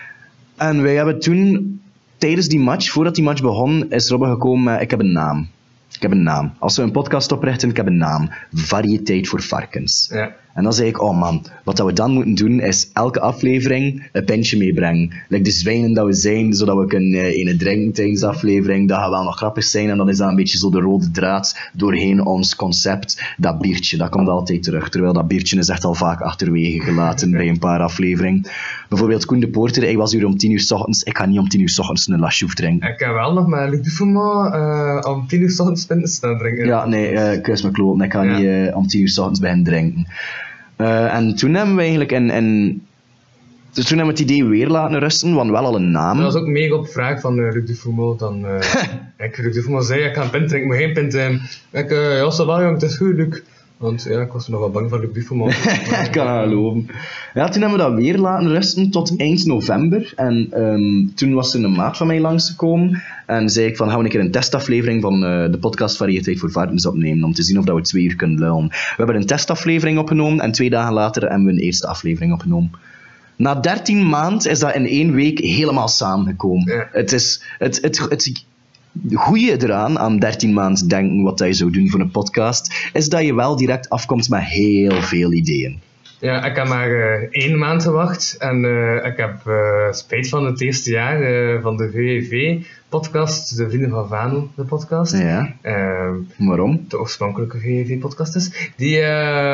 En wij hebben toen, tijdens die match, voordat die match begon, is Robbe gekomen met, ik heb een naam. Ik heb een naam. Als we een podcast oprichten, ik heb een naam. Variëteit voor Varkens. Ja. En dan zei ik, oh man, wat dat we dan moeten doen, is elke aflevering een pintje meebrengen. Like de zwijnen dat we zijn, zodat we kunnen uh, ene drinken tijdens de aflevering. Dat gaat wel nog grappig zijn. En dan is dat een beetje zo de rode draad doorheen ons concept. Dat biertje, dat komt altijd terug. Terwijl dat biertje is echt al vaak achterwege gelaten bij een paar afleveringen. Bijvoorbeeld Koen de Poorter, hij was hier om tien uur 's ochtends. Ik ga niet om tien uur 's ochtends een lasjoef drinken. Ik heb wel nog met Luc Dufourmont uh, om tien uur 's ochtends staan drinken. Ja, nee, uh, kus me kloten. Ik ga Ja. niet uh, om tien uur 's ochtends beginnen drinken. Uh, en toen hebben we eigenlijk in, in, dus toen hebben we het idee weer laten rusten, want wel al een naam. Dat was ook mega op vraag van uh, Luc Dufourmont. Dan, uh, ik, Luc Dufourmont zei, ik ga een pint drinken, maar geen pint. Um, ik, uh, ja, ça va, jong, het is goed, Luc. Want ja, ik was er nog wel bang van Luc Dufourmont. Ik kan het geloven. Ja, toen hebben we dat weer laten rusten tot eind november. En um, toen was er een maat van mij langsgekomen. En zei ik van, gaan we een keer een testaflevering van uh, de podcast Variëteit voor Varkens opnemen. Om te zien of dat we twee uur kunnen lullen. We hebben een testaflevering opgenomen. En twee dagen later hebben we een eerste aflevering opgenomen. Na dertien maanden is dat in één week helemaal samengekomen. Ja. Het is... Het, het, het, het goeie eraan, aan dertien maanden denken wat je zou doen voor een podcast, is dat je wel direct afkomt met heel veel ideeën. Ja, ik heb maar uh, één maand gewacht en uh, ik heb uh, spijt van het eerste jaar uh, van de V V V-podcast, de Vrienden van Vaandel, de podcast. Ja. Uh, Waarom? de oorspronkelijke V V V-podcast is. Die, uh,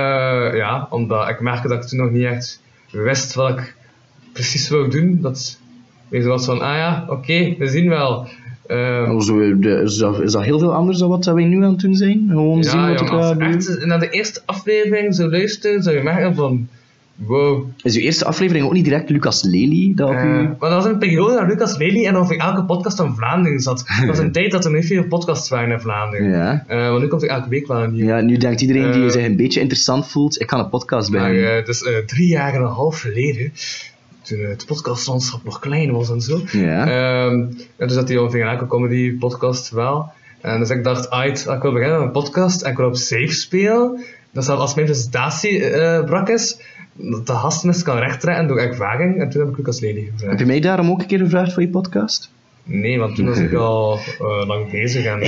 ja, omdat ik merkte dat ik toen nog niet echt wist wat ik precies wou doen. Dat ik was van, ah ja, oké, okay, we zien wel. Uh, also, de, is, dat, is dat heel veel anders dan wat wij nu aan het doen zijn? Gewoon ja, zien wat ja, ik als ga je doen? echt naar de eerste aflevering zou luisteren, zou je merken van, wow. Is uw eerste aflevering ook niet direct Lucas Lely? Dat op Uh, u... maar dat was een periode dat Lucas Lely en over elke podcast van Vlaanderen zat. Dat was een tijd dat er niet veel podcasts waren in Vlaanderen. Ja. Uh, want nu komt er elke week wel een nieuw. Ja, nu denkt iedereen die Uh, zich een beetje interessant voelt, ik kan een podcast Maar beginnen. uh, dus uh, drie jaar en een half geleden, toen uh, het podcastlandschap nog klein was en zo. Ja. Um, en dus had hij ongeveer elke comedy podcast wel. En dus ik dacht, uit, ik wil beginnen met een podcast en ik wil op safe spelen. Dus dat als mijn presentatie uh, brak is, dat de gast kan rechttrekken door ervaring. En toen heb ik Lucas Lely gevraagd. Heb je mij daarom ook een keer gevraagd voor je podcast? Nee, want toen was ik al uh, lang bezig en,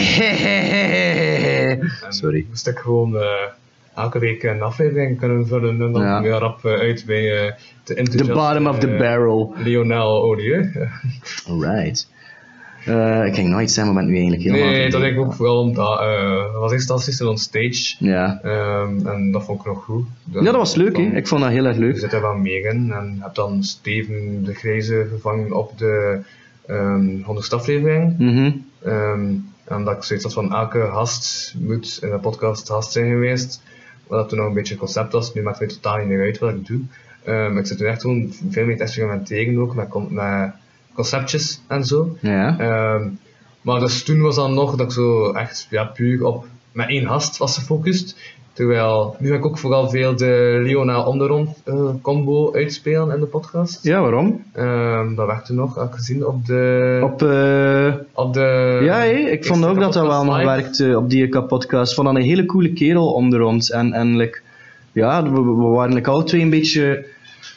en Sorry. moest ik gewoon uh, elke week een aflevering kunnen vullen en dan Ja. weer rap uh, uit bij uh, de The enthousiaste, bottom of the uh, barrel. Lionel Odieu. Alright. Uh, ik ging nooit zijn, maar ben nu eigenlijk helemaal... Nee, dat denk ik ook vooral omdat uh, het was eerst assistent on stage. Ja. Um, en dat vond ik nog goed. Ja, dat was leuk, hè. dan, Ik vond dat heel erg Er leuk. zit er wel meer in en heb dan Steven de Grijze vervangen op de um, honderdste aflevering. Mhm. Um, en dat ik zoiets had van elke gast moet in de podcast gast zijn geweest. Wat dat toen nog een beetje een concept was. Nu maakt het mij totaal niet meer uit wat ik doe. Um, ik zit toen echt gewoon veel meer te experimenteren ook met, con- met conceptjes en zo. Ja. Um, maar dus toen was dan nog dat ik zo echt ja, puur op met één gast was gefocust. Terwijl nu ga ik ook vooral veel de Lionel Onderon uh, combo uitspelen in de podcast. Ja, waarom? Um, dat werd toen nog, had ik gezien op de... Op uh, Uh, op de... Ja, hé, ik vond ook dat dat wel nog werkte op die podcast. Ik vond dat een hele coole kerel onder ons. En, en like, ja, we, we waren like, alle twee een beetje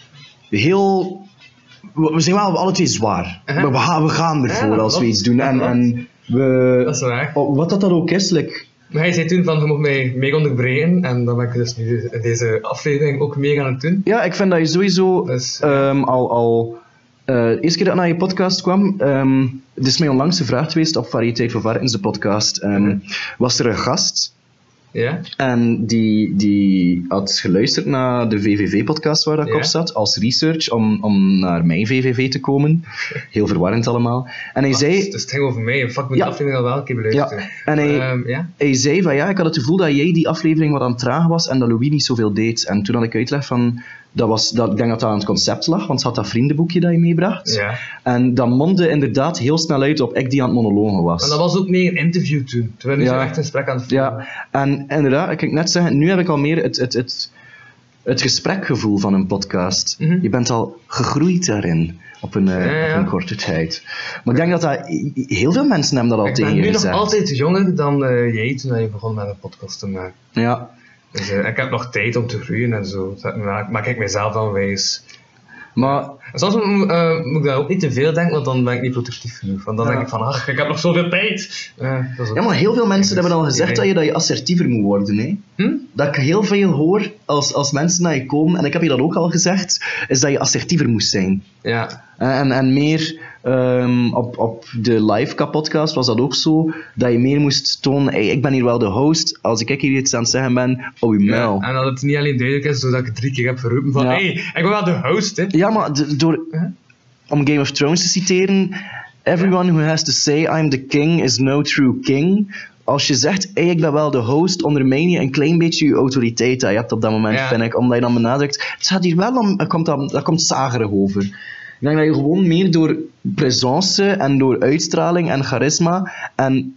heel... We, we zijn wel alle twee zwaar. Uh-huh. we, we, gaan, we gaan ervoor ja, als we iets doen. En, en we... Dat is waar. Wat dat, dat ook is, like, maar hij zei toen van, je moet mij mee onderbreken en dan ben ik dus nu in deze aflevering ook mee gaan doen. Ja, ik vind dat je sowieso dus, um, al... al uh, de eerste keer dat ik naar je podcast kwam, um, het is mij onlangs gevraagd geweest op Variëteit voor Varkens, de podcast, um, mm-hmm. was er een gast. Ja. En die, die had geluisterd naar de V V V-podcast waar dat ik ja. op zat, als research om, om naar mijn V V V te komen. Heel verwarrend allemaal. En hij Ach, zei... Dus het ging over mij, fuck, moet ja. de aflevering al wel een keer beluisteren. Ja. En hij, um, ja? hij zei van ja, ik had het gevoel dat jij die aflevering wat aan het traag was en dat Louis niet zoveel deed. En toen had ik uitleg van... Dat was, dat, ik denk dat dat aan het concept lag, want ze had dat vriendenboekje dat je meebracht. Ja. En dat mondde inderdaad heel snel uit op ik die aan het monologen was. En dat was ook meer een interview toen. Toen we nu ja. echt een gesprek aan het voeren. Ja, en inderdaad, ik kan net zeggen, nu heb ik al meer het, het, het, het gesprekgevoel van een podcast. Mm-hmm. Je bent al gegroeid daarin, op een, uh, ja, ja. op een korte tijd. Maar ik denk dat, dat heel veel mensen hebben dat al tegen je gezegd. Ik ben nu nog altijd jonger dan uh, jij toen je begon met een podcast te maken. Ja. Dus uh, ik heb nog tijd om te groeien en zo. Dat maak ik mezelf dan wijs. Maar... Soms uh, moet ik daar ook niet te veel denken, want dan ben ik niet productief genoeg. Want dan ja. denk ik van, ach, ik heb nog zoveel tijd. Uh, ja, maar heel veel mensen hebben al gezegd dat je, dat je assertiever moet worden. Hè? Hm? Dat ik heel veel hoor als, als mensen naar je komen, en ik heb je dat ook al gezegd, is dat je assertiever moest zijn. Ja. En, en meer... Um, op, op de live-podcast was dat ook zo, dat je meer moest tonen, hey, ik ben hier wel de host, als ik hier iets aan het zeggen ben, oh je muil. Ja, en dat het niet alleen duidelijk is, zodat ik het drie keer heb geroepen van, ja. hey, ik ben wel de host, hè. Ja, maar de, door, huh? om Game of Thrones te citeren, everyone who has to say I'm the king is no true king. Als je zegt, hey, ik ben wel de host, ondermijn je een klein beetje je autoriteit dat je hebt op dat moment, ja. vind ik, omdat je dan benadrukt, het gaat hier wel om, dat komt, dat komt zagerig over. Ik denk dat je gewoon meer door presence en door uitstraling en charisma en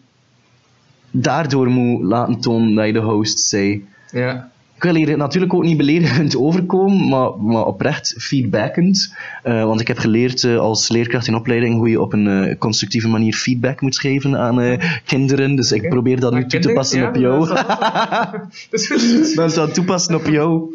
daardoor moet laten tonen dat je de host bent. Ja. Ik wil hier natuurlijk ook niet beledigend overkomen, maar, maar oprecht feedbackend. Uh, want ik heb geleerd uh, als leerkracht in opleiding hoe je op een uh, constructieve manier feedback moet geven aan uh, kinderen. Dus okay. ik probeer dat nu toe te passen ja, op jou. Dat is goed. Ik ben het aan het toepassen op jou.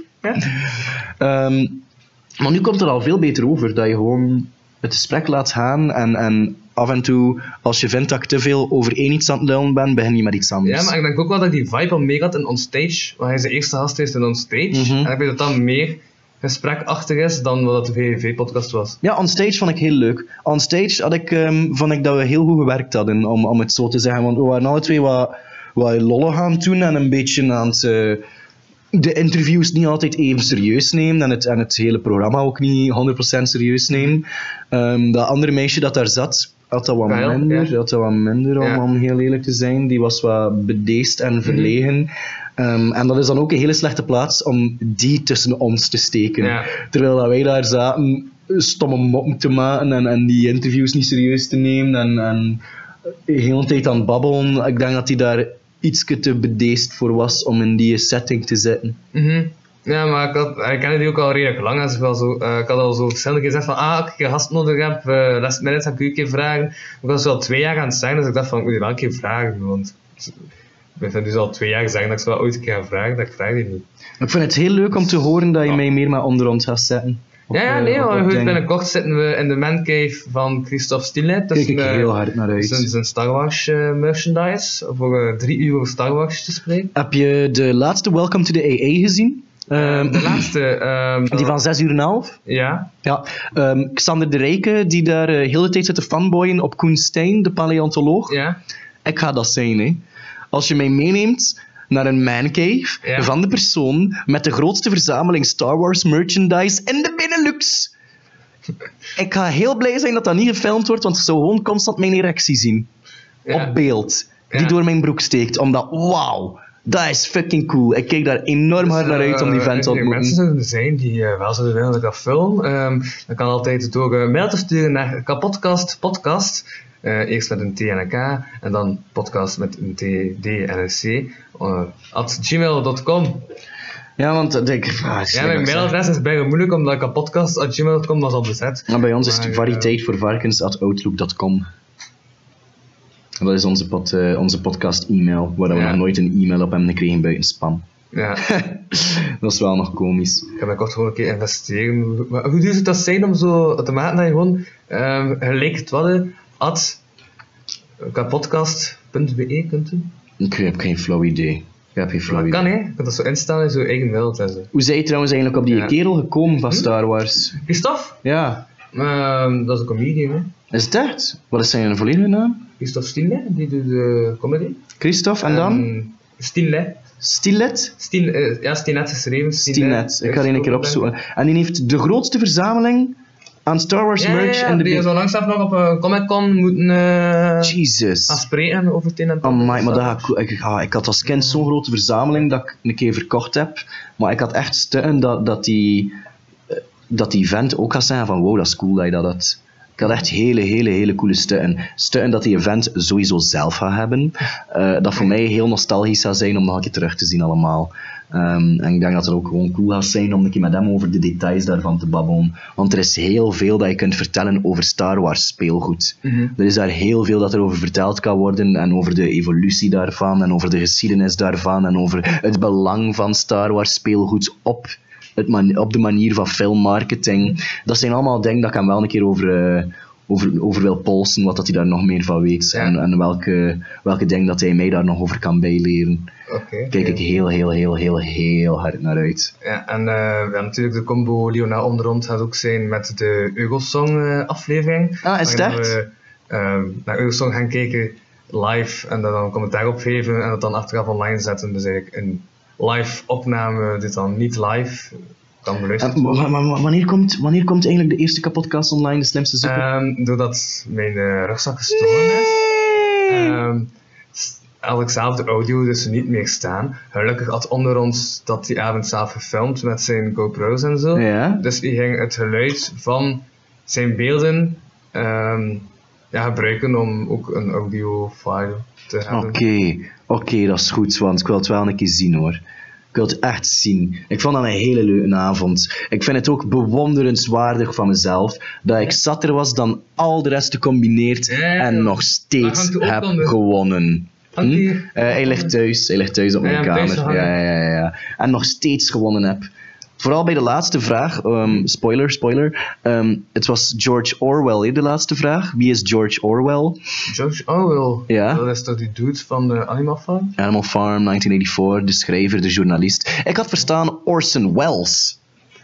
Ja. Um, Maar nu komt het al veel beter over, dat je gewoon het gesprek laat gaan en, en af en toe, als je vindt dat ik te veel over één iets aan het lullen ben, begin je met iets anders. Ja, maar ik denk ook wel dat ik die vibe al mee had in Onstage, waar hij zijn eerste gast is in Onstage. Mm-hmm. En ik weet dat dat meer gesprekachtig is dan wat de V V V-podcast was. Ja, Onstage vond ik heel leuk. Onstage had ik, um, vond ik dat we heel goed gewerkt hadden, om, om het zo te zeggen. Want we waren alle twee wat, wat lollen gaan doen en een beetje aan het... Uh, de interviews niet altijd even serieus nemen en het, en het hele programma ook niet honderd procent serieus nemen. Um, dat andere meisje dat daar zat, had dat wat Kyle, minder, ja. had dat wat minder om, ja. om heel eerlijk te zijn. Die was wat bedeesd en verlegen. Mm-hmm. Um, en dat is dan ook een hele slechte plaats om die tussen ons te steken. Ja. Terwijl dat wij daar zaten stomme moppen te maken en, en die interviews niet serieus te nemen en, en de hele tijd aan het babbelen. Ik denk dat die daar ietske te bedeesd voor was om in die setting te zitten. Mm-hmm. Ja, maar ik, had, ik kende die ook al redelijk lang. Dus ik, wel zo, uh, ik had al zo verschillende keer gezegd van ah, als ik een gast nodig heb, uh, last minute ga ik u een keer vragen. Ik was al twee jaar aan het zeggen, dus ik dacht van ik moet je wel een keer vragen. Want ik ben dus al twee jaar gezegd dat ik ze wel ooit een keer ga vragen, dat ik vraag die niet. Ik vind het heel leuk om te horen dat je mij meer maar onder ons gaat zetten. Op, ja, ja, nee, maar goed, binnenkort zitten we in de mancave van Christophe Stilet. Kijk ik heel hard naar uit. Zijn, zijn Star Wars uh, merchandise, voor uh, drie uur over Star Wars te spreken. Heb je de laatste Welcome to the A A gezien? Um, de laatste. Um, die van zes uur en een half? Ja. ja. Um, Xander de Rijke, die daar uh, heel de tijd zit te fanboyen op Koen Stein, de paleontoloog. Ja. Ik ga dat zijn, hè. Als je mij meeneemt naar een mancave ja. van de persoon met de grootste verzameling Star Wars merchandise in de Benelux. Ik ga heel blij zijn dat dat niet gefilmd wordt, want ik zou gewoon constant mijn erectie zien. Ja. Op beeld. Die ja. door mijn broek steekt. Omdat, wauw, dat is fucking cool. Ik kijk daar enorm dus, hard naar uit om die vent te ontmoeten. Mensen zullen zijn die uh, wel zouden willen dat ik dat film. Um, dan kan altijd door een uh, mail te sturen naar kapodcast podcast. Uh, eerst met een T en een K en dan podcast met een T, D en een C. Uh, at gmail dot com. Ja, want ik... Ah, ja, mijn mailadres is bijna moeilijk omdat ik podcast at gmail dot com was al bezet. Nou, bij ons maar, is het variëteit voor varkens at outlook dot com. Dat is onze, pod, uh, onze podcast-e-mail, waar we Ja. nog nooit een e-mail op hebben gekregen buiten spam. Ja. Dat is wel nog komisch. Ik ga binnenkort gewoon een keer investeren. Maar hoe duur zou dat zijn om zo te maken dat je gewoon um, gelijk het wadden at kapodcast punt b e kunt doen? Ik heb geen flauw idee. Ik heb geen flauw Dat idee. kan hè, je kunt dat zo instellen in je eigen beeld en zo. Hoe zijn je trouwens eigenlijk op die Ja. kerel gekomen van Star Wars? Christophe? Ja. Um, dat is een comedian hè. Is het echt? Wat is zijn volledige naam? Christophe Stienle, die doet de comedy. Christophe en dan? Um, Stienle. Stilet? Stien, uh, ja, Stinet geschreven. Stinet. Ik ga die een keer opzoeken. En die heeft de grootste verzameling aan Star Wars Ja, merch ja, ja, en de die big- zo langzaam nog op een Comic-Con moeten uh, Jesus. gaan spreken over het een en het ander. Amai, maar dat ga ik, ik, ga- ik had als kind zo'n grote verzameling dat ik een keer verkocht heb. Maar ik had echt stukken dat, dat, die, eh, dat die vent ook gaat zeggen van wow, dat is cool dat je dat had. Ik had echt hele, hele, hele coole stukken. Stukken dat die event sowieso zelf gaat hebben. Uh, dat voor mij heel nostalgisch zou zijn om nog een keer terug te zien allemaal. Um, en ik denk dat het ook gewoon cool gaat zijn om een keer met hem over de details daarvan te babbelen. Want er is heel veel dat je kunt vertellen over Star Wars speelgoed. Mm-hmm. Er is daar heel veel dat er over verteld kan worden. En over de evolutie daarvan. En over de geschiedenis daarvan. En over het belang van Star Wars speelgoed op... Het man- op de manier van filmmarketing. Dat zijn allemaal dingen dat ik hem wel een keer over, uh, over, over wil polsen, wat dat hij daar nog meer van weet. Ja. En, en welke, welke dingen dat hij mij daar nog over kan bijleren. Oké. Kijk ik heel, heel, heel, heel, heel hard naar uit. Ja, en uh, we hebben natuurlijk de combo Lionel Onderrond gaat ook zijn met de Eurosong uh, aflevering. Ah, is het Waarin echt? we uh, naar Eurosong gaan kijken live en daar dan een commentaar op geven en het dan achteraf online zetten. Dus eigenlijk een live opname, dit dan niet live. Kan beluisterd En, worden. maar, maar wanneer, komt, wanneer komt eigenlijk de eerste podcast online, de slimste super? Um, doordat mijn uh, rugzak gestolen is. Um, had ik zelf de audio dus niet meer staan. Gelukkig had onder ons dat die avond zelf gefilmd met zijn GoPro's en zo. Ja. Dus die ging het geluid van zijn beelden um, ja, gebruiken om ook een audio file te hebben. Oké, oké, okay, dat is goed, want ik wil het wel een keer zien hoor. Ik wil het echt zien. Ik vond dat een hele leuke avond. Ik vind het ook bewonderenswaardig van mezelf dat ik zatter was dan al de rest gecombineerd Ja, ja. en nog Maar steeds hangt u ook heb dan de- gewonnen. Hangt Hm? die- Uh, hij ligt thuis, hij ligt thuis op Ja, mijn ja, thuis kamer. hangen. Ja, ja, ja, ja. En nog steeds gewonnen heb. Vooral bij de laatste vraag, um, spoiler, spoiler. Um, het was George Orwell, hè, de laatste vraag. Wie is George Orwell? George Orwell, Ja. dat is toch die dude van de Animal Farm? Animal Farm, negentien eenennegentig, de schrijver, de journalist. Ik had verstaan Orson Welles,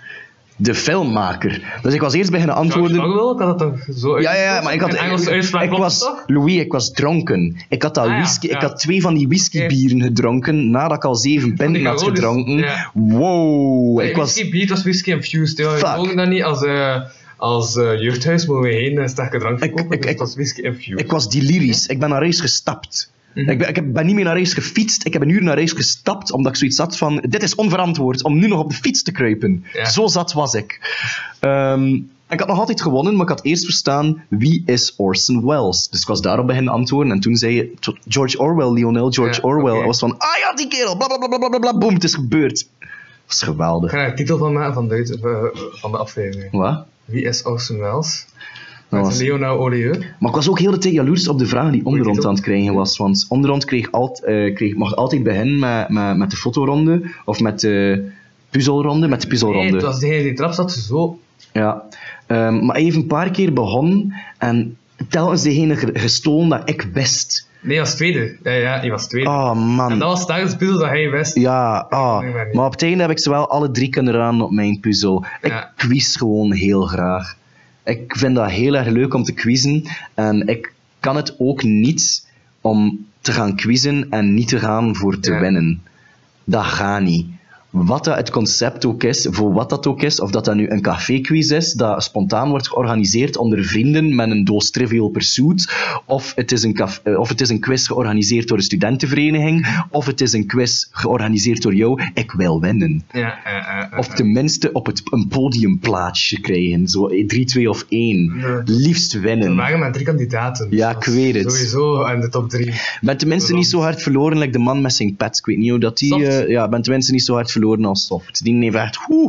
de filmmaker. Dus ik was eerst beginnen George antwoorden... Orwell, ik had dat toch zo Ja, ja, ja, maar ik had... Een Engelse uitspraak ik klopt was, toch? Louis, ik was dronken. Ik had, dat Ah, ja, whisky, ja. ik had twee van die whiskybieren gedronken, nadat ik al zeven pinten had Garodes, gedronken. ja. Wow, Nee, ik was... whisky beat was whisky infused. Ja. Fuck. We mogen dat niet als, uh, als uh, jeugdhuis mogen we geen uh, sterke drank verkopen, ik- dus ik- dat was whisky infused. Ik was delirisch. Ik ben naar huis gestapt. Mhm. Ik, ben, ik heb- ben niet meer naar huis gefietst. Ik heb een uur naar huis gestapt, omdat ik zoiets had van... Dit is onverantwoord om nu nog op de fiets te kruipen. Ja. Zo zat was ik. Ehm, ik had nog altijd gewonnen, maar ik had eerst verstaan... Wie is Orson Welles? Dus ik was daarop beginnen antwoorden. En toen zei je... "T- George Orwell, Lionel, George Ja, Orwell. oké. Ik was van... Ah ja, die kerel! Bla, bla, bla, bla, bla, bla, boom, het is gebeurd. Dat is geweldig. Ik ga er een titel van maken van de, uh, van de aflevering. Wat? Wie is Orson Welles? Dat Met was- Leonard Olieu. Maar ik was ook heel de tijd jaloers op de vragen die Onderrond titel? aan het krijgen was. Want Onderrond kreeg alt, eh, kreeg, mag altijd beginnen met, met, met de fotoronde of met de puzzelronde. Met de Nee, puzzelronde. het was degene die trap zat zo. Ja. Ehm, maar hij heeft een paar keer begonnen en telkens degene ge- gestolen dat ik wist. Nee, hij was tweede. Ja, ja, hij was tweede. Oh En man. dat was telkens puzzel dat hij wist. Ja, ah. Nee, maar niet. Maar op het einde heb ik ze wel alle drie kunnen raden op mijn puzzel. Ik Ja. quiz gewoon heel graag. Ik vind dat heel erg leuk om te quizzen. En ik kan het ook niet om te gaan quizzen en niet te gaan voor te Ja. winnen. Dat gaat niet. Wat dat het concept ook is, voor wat dat ook is, of dat dat nu een caféquiz is, dat spontaan wordt georganiseerd onder vrienden met een doos Trivial Pursuit, of het is een, caf- eh, of het is een quiz georganiseerd door een studentenvereniging, of het is een quiz georganiseerd door jou. Ik wil winnen. Ja, ja, ja, ja. Of tenminste op het, een podiumplaatsje krijgen, zo drie, twee of één. Ja. Liefst Er winnen. waren maar drie kandidaten. dus Ja, dat ik was weet het. Sowieso in de top drie. Ik ben tenminste niet zo hard verloren like de man met zijn pet. Ik weet niet hoe dat die... Soft. eh, ja, ik ben tenminste niet zo hard verloren als Soft. Die heeft echt oeh,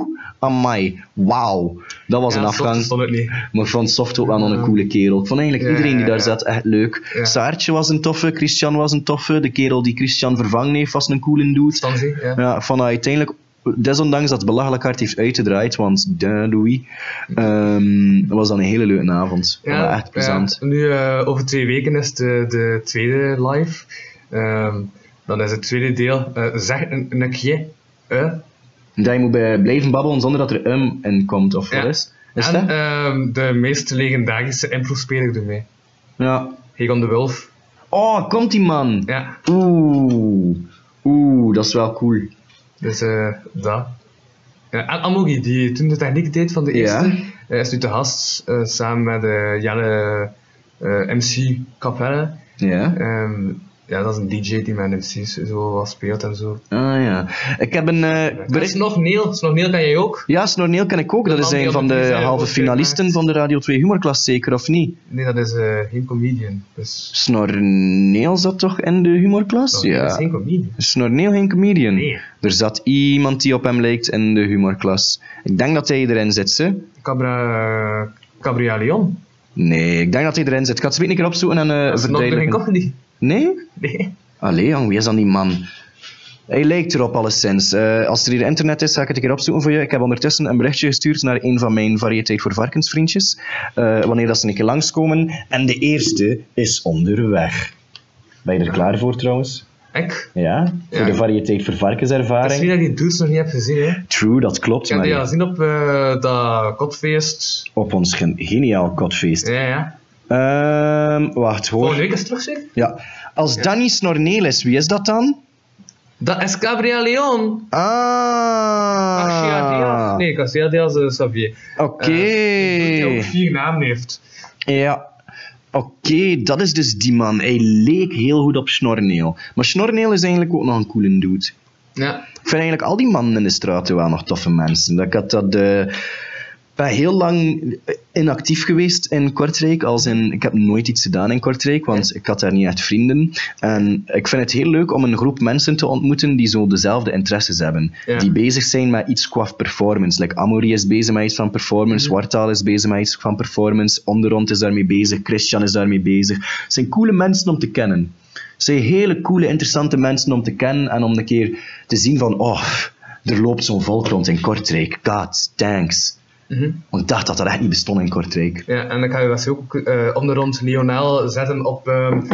amai, wauw. Dat was Ja, een Soft afgang. stond het niet. Maar ik vond Soft ook wel nog een coole kerel. Ik vond eigenlijk Ja, iedereen die ja, daar ja. zat echt leuk. Ja. Saartje was een toffe, Christian was een toffe. De kerel die Christian vervangen heeft was een coole dude. Stanzi, ja. Ja, van uiteindelijk, desondanks dat het belachelijk hard heeft uitgedraaid, want duh, Louis, um, was dat een hele leuke avond. Ja, echt plezant. Ja, nu, uh, over twee weken is de, de tweede live. Um, dan is het tweede deel. Uh, zeg een, een keer. Uh. Dat je moet bij blijven babbelen zonder dat er um in komt, of Ja. wat is? Is En dat? um, de meest legendarische impro-speler doet mee. Ja. Egon de Wulf. Oh, komt die man! Ja, Oeh. Oeh, dat is wel cool. dus uh, dat. Ja, en Amogi, die toen de techniek deed van de eerste, Ja. uh, is nu te gast uh, samen met uh, Jelle uh, M C Capelle. Ja. Um, ja, dat is een D J die met M C's zo wat speelt en zo. Ah ja. Ik heb een uh, Er is bericht... nog Neil, is nog Neil kan jij ook? Ja, Snorneel ken ik ook. Dat De is man die een van op de de tv halve wordt finalisten gemaakt. van de Radio twee Humorklas, zeker, of niet? Nee, dat is uh, geen comedian. Dus, Snorneel zat toch in de humorklas? dat is Ja. geen comedian. Snorneel geen comedian? Nee. Er zat iemand die op hem lijkt in de humorklas. Ik denk dat hij erin zit, ze. Cabra, Cabria Leon. Nee, ik denk dat hij erin zit. Ik ga het zo een keer opzoeken en uh, Dat is nog geen verduidelijken. comedy. Nee? Nee. Allee, jong, wie is dan die man? Hij lijkt erop alleszins. Uh, als er hier internet is, ga ik het een keer opzoeken voor je. Ik heb ondertussen een berichtje gestuurd naar een van mijn variëteit voor varkensvriendjes. Uh, wanneer dat ze een keer langskomen. En de eerste is onderweg. Ben je er klaar voor trouwens? Ik? Ja? Voor Ja. de variëteit voor Dat varkenservaring. is wie dat die dudes nog niet heb gezien, hè. True, dat klopt. Ik heb Maar die al gezien op uh, dat kotfeest. op ons gen- geniaal kotfeest. Ja, ja. Ehm, wacht, Volgende hoor. week is het terug, zeg? Ja. Als Danny Snorneel is, wie is dat dan? Dat is Cabria Leon. Ah. Garcia Diaz. Nee, Garcia Diaz is Xavier. Oké. Uh, die ook vier namen heeft. Ja. Oké, dat is dus die man. Hij leek heel goed op Snorneel. Maar Snorneel is eigenlijk ook nog een coole dude. Ja. Ik vind eigenlijk al die mannen in de straat wel nog toffe mensen. Dat ik had dat... Uh, ben heel lang inactief geweest in Kortrijk. Als in, ik heb nooit iets gedaan in Kortrijk, want ik had daar niet echt vrienden. En ik vind het heel leuk om een groep mensen te ontmoeten die zo dezelfde interesses hebben. Ja. Die bezig zijn met iets qua performance. Like Amory is bezig met iets van performance, Mm-hmm. Wartaal is bezig met iets van performance, Onderrond is daarmee bezig, Christian is daarmee bezig. Het zijn coole mensen om te kennen. Het zijn hele coole, interessante mensen om te kennen en om een keer te zien van, oh, er loopt zo'n volk rond in Kortrijk. God, thanks. Mm-hmm. Want ik dacht dat dat echt niet bestond in Kortrijk. Ja, en dan kan je waarschijnlijk ook uh, om de rond Lionel zetten op um,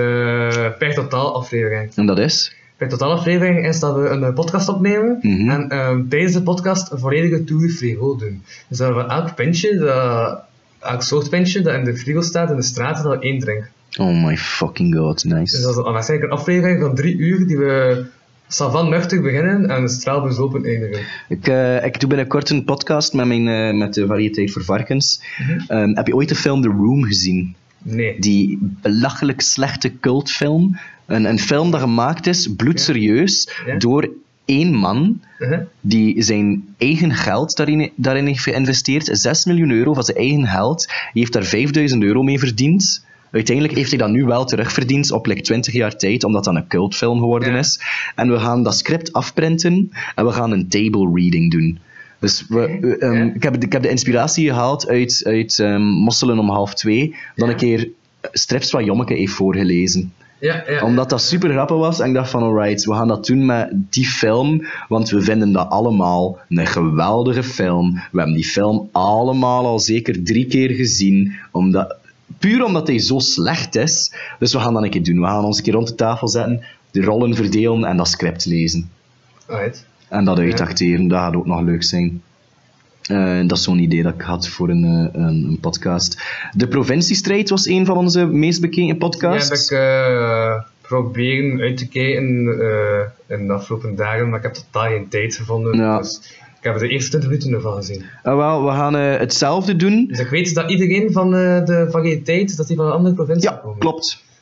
de Per Totaal aflevering. En dat is? Per Totaal aflevering is dat we een uh, podcast opnemen Mhm. en um, tijdens de podcast een volledige tour frigo doen. Dus dat we van elk pintje, dat, elk soort pintje dat in de frigo staat in de straat, dat we één drinken. Oh my fucking god, Dus nice. dat is dan waarschijnlijk een aflevering van drie uur die we savan nuchter beginnen en straalbezopen eindigen. Ik, uh, ik doe binnenkort een podcast met, mijn, uh, met de variëteit voor varkens. Mhm. Um, heb je ooit de film The Room gezien? Nee. Die belachelijk slechte cultfilm. Een, een film dat gemaakt is, bloedserieus, Ja. door één man Uh-huh. die zijn eigen geld daarin, daarin heeft geïnvesteerd. zes miljoen euro van zijn eigen geld. Hij heeft daar vijfduizend euro mee verdiend. Uiteindelijk heeft hij dat nu wel terugverdiend op like twintig jaar tijd, omdat dat een cultfilm geworden Ja. is. En we gaan dat script afprinten en we gaan een table reading doen. Dus we, we, um, Ja. ik, heb, ik heb de inspiratie gehaald uit, uit um, Mosselen om half twee, dan Ja. een keer strips wat Jommeke heeft voorgelezen. Ja, ja. Omdat dat super grappig was en ik dacht van alright, we gaan dat doen met die film, want we vinden dat allemaal een geweldige film. We hebben die film allemaal al zeker drie keer gezien, omdat, puur omdat hij zo slecht is. Dus we gaan dat een keer doen. We gaan ons een keer rond de tafel zetten, de rollen verdelen en dat script lezen. Alright. En dat uitacteren, dat gaat ook nog leuk zijn. Uh, dat is zo'n idee dat ik had voor een, uh, een, een podcast. De provinciestrijd was een van onze meest bekeken podcasts. Die heb ik uh, proberen uit te kijken uh, in de afgelopen dagen, maar ik heb totaal geen tijd gevonden. Ja. Dus ik heb de eerste twintig minuten ervan gezien. Uh, wel, we gaan uh, hetzelfde doen. Dus ik weet dat iedereen van uh, de variëteit, dat die van een andere provincie Ja, komen. klopt.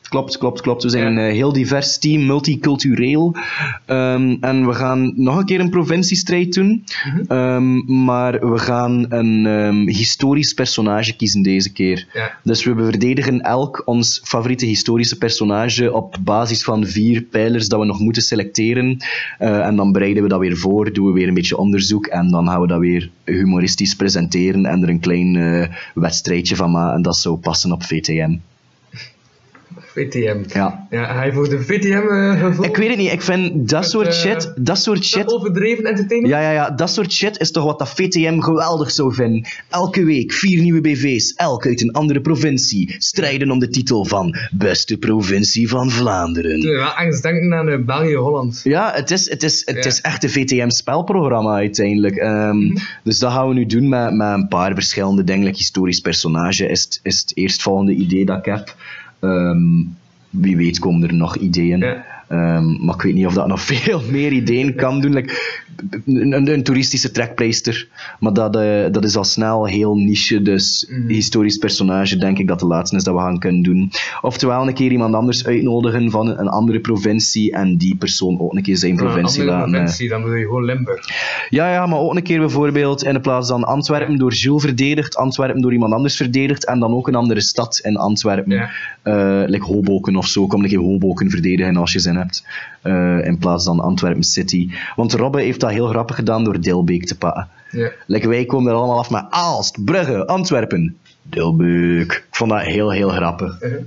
Klopt, klopt, klopt. We zijn ja. een uh, heel divers team, multicultureel. Um, en we gaan nog een keer een provinciestrijd doen. Mm-hmm. Um, maar we gaan een um, historisch personage kiezen deze keer. Ja. Dus we verdedigen elk ons favoriete historische personage op basis van vier pijlers dat we nog moeten selecteren. Uh, en dan bereiden we dat weer voor, doen we weer een beetje onderzoek en dan gaan we dat weer humoristisch presenteren en er een klein uh, wedstrijdje van maken. En dat zou passen op V T M. V T M. Ja. Ja, ga je voor de V T M uh, gevoel? Ik weet het niet, ik vind dat soort uh, shit, dat soort shit... Dat overdreven entertainment? Ja, ja, ja, dat soort shit is toch wat dat V T M geweldig zou vinden. Elke week vier nieuwe B V's, elk uit een andere provincie, strijden om de titel van beste provincie van Vlaanderen. Ja, wel angst denken aan uh, België-Holland. Ja, het is, het is, het ja. is echt een V T M-spelprogramma uiteindelijk. Um, mm-hmm. Dus dat gaan we nu doen met, met een paar verschillende dingen. Like historisch personage is het, is het eerstvolgende idee dat ik heb. Um, wie weet komen er nog ideeën. Ja. Um, maar ik weet niet of dat nog veel meer ideeën kan doen. Like, een, een, een toeristische trekpleister. Maar dat, uh, dat is al snel heel niche. Dus mm. historisch personage denk ik dat de laatste is dat we gaan kunnen doen. Oftewel een keer iemand anders uitnodigen van een andere provincie. En die persoon ook een keer zijn provincie laten. Een andere provincie, dan moet je gewoon Limburg. Ja, ja, maar ook een keer bijvoorbeeld in de plaats van Antwerpen door Jules verdedigd. Antwerpen door iemand anders verdedigd. En dan ook een andere stad in Antwerpen. Ja. Uh, like Hoboken of zo. Kom een keer Hoboken verdedigen als je zin hebt. Uh, in plaats van Antwerpen City. Want Robbe heeft dat heel grappig gedaan door Dilbeek te pakken. Ja. Like, wij komen er allemaal af met Aalst, Brugge, Antwerpen, Dilbeek. Ik vond dat heel, heel grappig. Uh-huh.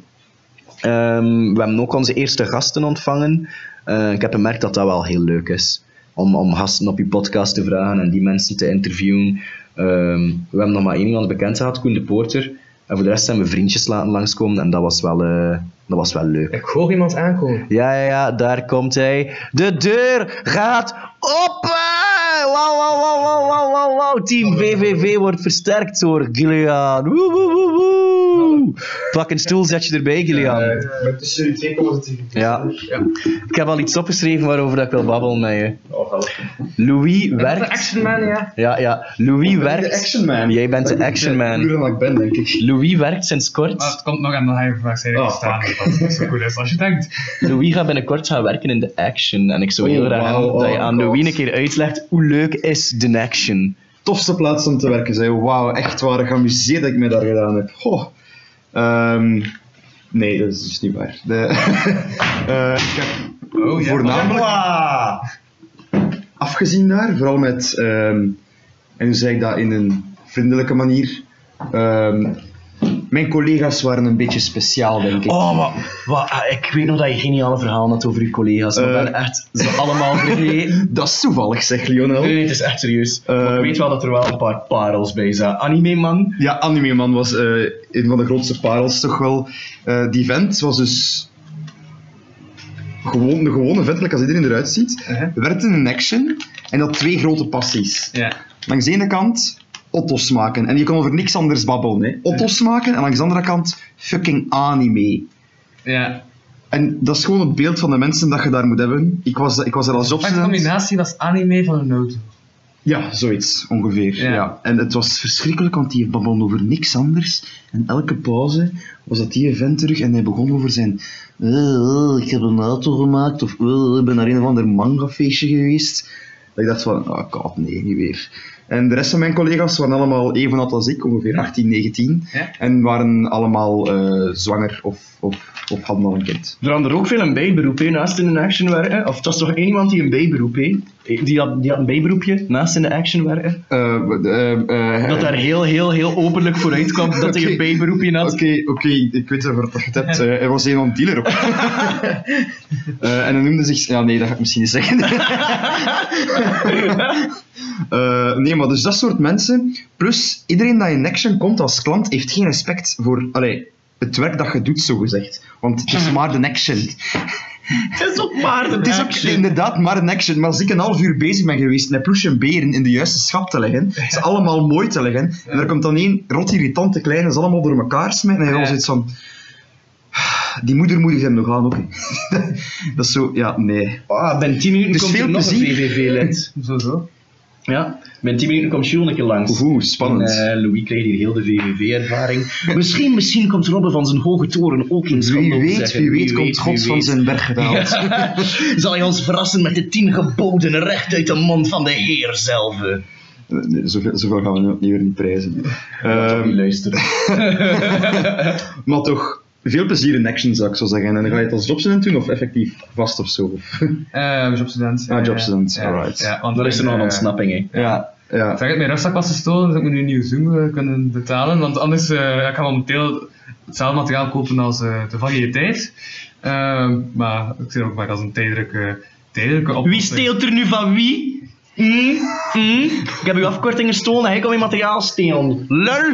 Um, we hebben ook onze eerste gasten ontvangen. Uh, ik heb gemerkt dat dat wel heel leuk is. Om, om gasten op je podcast te vragen en die mensen te interviewen. Um, we hebben nog maar één iemand bekend gehad, Koen de Poorter. En voor de rest zijn we vriendjes laten langskomen en dat was wel, uh, dat was wel leuk. Ik hoor iemand aankomen. Ja, ja, ja, daar komt hij. De deur gaat open! Wow, wow, wow, wow, wow, wow, wow. Team V V V wordt versterkt door Gillian. Woe, woe, woe, woe. Pak een stoel, zet je erbij, Gillian. Uh, met tussen jullie twee komen ze ja. ja. Ik heb al iets opgeschreven waarover dat ik wil babbelen met je. Oh, Louis werkt... De Action Man, ja. Ja, ja. Louis ik werkt... de Action Man. Jij bent de Action Man. Hoe dan ik ben, denk ik. Louis werkt sinds kort... Maar het komt nog aan de hij waarschijnlijk oh, staan. Dat het zo goed is als je denkt. Louis gaat binnenkort gaan werken in de Action. En ik zou heel oh, graag wow, oh, dat je aan God. Louis een keer uitlegt hoe leuk is de Action. Tofste plaats om te werken, zei. Wauw, echt waar, geamuseerd dat ik me daar gedaan heb. Goh. Um, nee, dat is dus niet waar. De, uh, ik heb oh, ja, voornamelijk wow. afgezien daar, vooral met, um, en hoe zeg ik dat in een vriendelijke manier, um, mijn collega's waren een beetje speciaal, denk ik. Oh, maar, maar ik weet nog dat je geniale verhalen had over je collega's, maar ik uh, ben echt ze allemaal vergeten. Dat is toevallig, zeg Lionel. Nee, nee, het is echt serieus. Uh, ik weet wel dat er wel een paar parels bij zaten. Anime Man? Ja, Anime Man was uh, een van de grootste parels toch wel. Uh, die vent was dus gewoon, de gewone vent, like als iedereen eruit ziet. Uh-huh. Werkte in een Action en had twee grote passies. Yeah. Langs de ene kant Otto's maken. En je kon over niks anders babbelen. Hè. Otto's maken en langs de andere kant fucking anime. Ja. En dat is gewoon het beeld van de mensen dat je daar moet hebben. Ik was, ik was er als jobstudent. Een combinatie was anime van een auto. Ja, zoiets ongeveer. Ja. Ja. En het was verschrikkelijk, want die babbelde over niks anders. En elke pauze was dat die vent terug en hij begon over zijn... Uh, uh, ik heb een auto gemaakt, of uh, ik ben naar een of ander mangafeestje geweest. Dat ik dacht van, oh god, nee, niet weer. En de rest van mijn collega's waren allemaal even oud als ik, ongeveer achttien, negentien. Ja? En waren allemaal uh, zwanger of, of, of hadden al een kind. Er hadden er ook veel een bijberoep, hè, naast in de Action werken. Of het was toch één iemand die een bijberoep heeft? Die had, die had een bijberoepje naast in de Action werken. Uh, uh, uh, dat daar heel, heel, heel openlijk vooruit kwam dat okay. hij een bijberoepje had. Oké, okay, oké, okay. Ik weet waar je het hebt. Uh, hij was een van dealer op. uh, en hij noemde zich... Ja, nee, dat ga ik misschien niet zeggen. uh, nee, maar dus dat soort mensen. Plus, iedereen dat in Action komt als klant, heeft geen respect voor... Allee, het werk dat je doet, zogezegd. Want het is maar de Action. Het is ook maar de Het is Action. ook inderdaad maar een Action. Maar als ik een half uur bezig ben geweest met ploesje en beren in de juiste schap te leggen, ja. Ze allemaal mooi te leggen, ja. En er komt dan één rot irritante kleine, ze allemaal door elkaar smijten, en je was iets van... Die moeder moet ik hem nog aan ook. Dat is zo, ja, nee. Ah, ben tien minuten dus komt veel er nog plezier. een V V V-lid. Zo, zo. Ja, mijn tien minuten komt Jules een keer langs. Oeh, spannend. En, uh, Louis krijgt hier heel de V V V-ervaring. misschien, misschien komt Robbe van zijn hoge toren ook in Wie weet, wie weet komt God van zijn berg gedaald. Ja. Zal hij ons verrassen met de tien geboden recht uit de mond van de Heer zelf? Nee, zoveel, zoveel gaan we nu weer niet prijzen. Ja, uh, niet luisteren. maar toch, veel plezier in action zou ik zo zeggen. En dan ga je het als jobstudent doen of effectief vast of zo? Uh, jobstudent. Ah, jobstudent, ja, alright. Ja, want dan is er nog een uh, ontsnapping, hè. Ja, ja. Zeg, mijn rugzak was gestolen, dus ik moet nu een nieuw Zoom uh, kunnen betalen. Want anders uh, ik ga momenteel hetzelfde materiaal kopen als uh, de variëteit. Uh, maar ik zie het ook maar als een tijdelijke, tijdelijke oplossing. Wie steelt er nu van wie? Mm, mm. Ik heb uw afkorting gestolen en hij kan mijn materiaal stelen. Lul!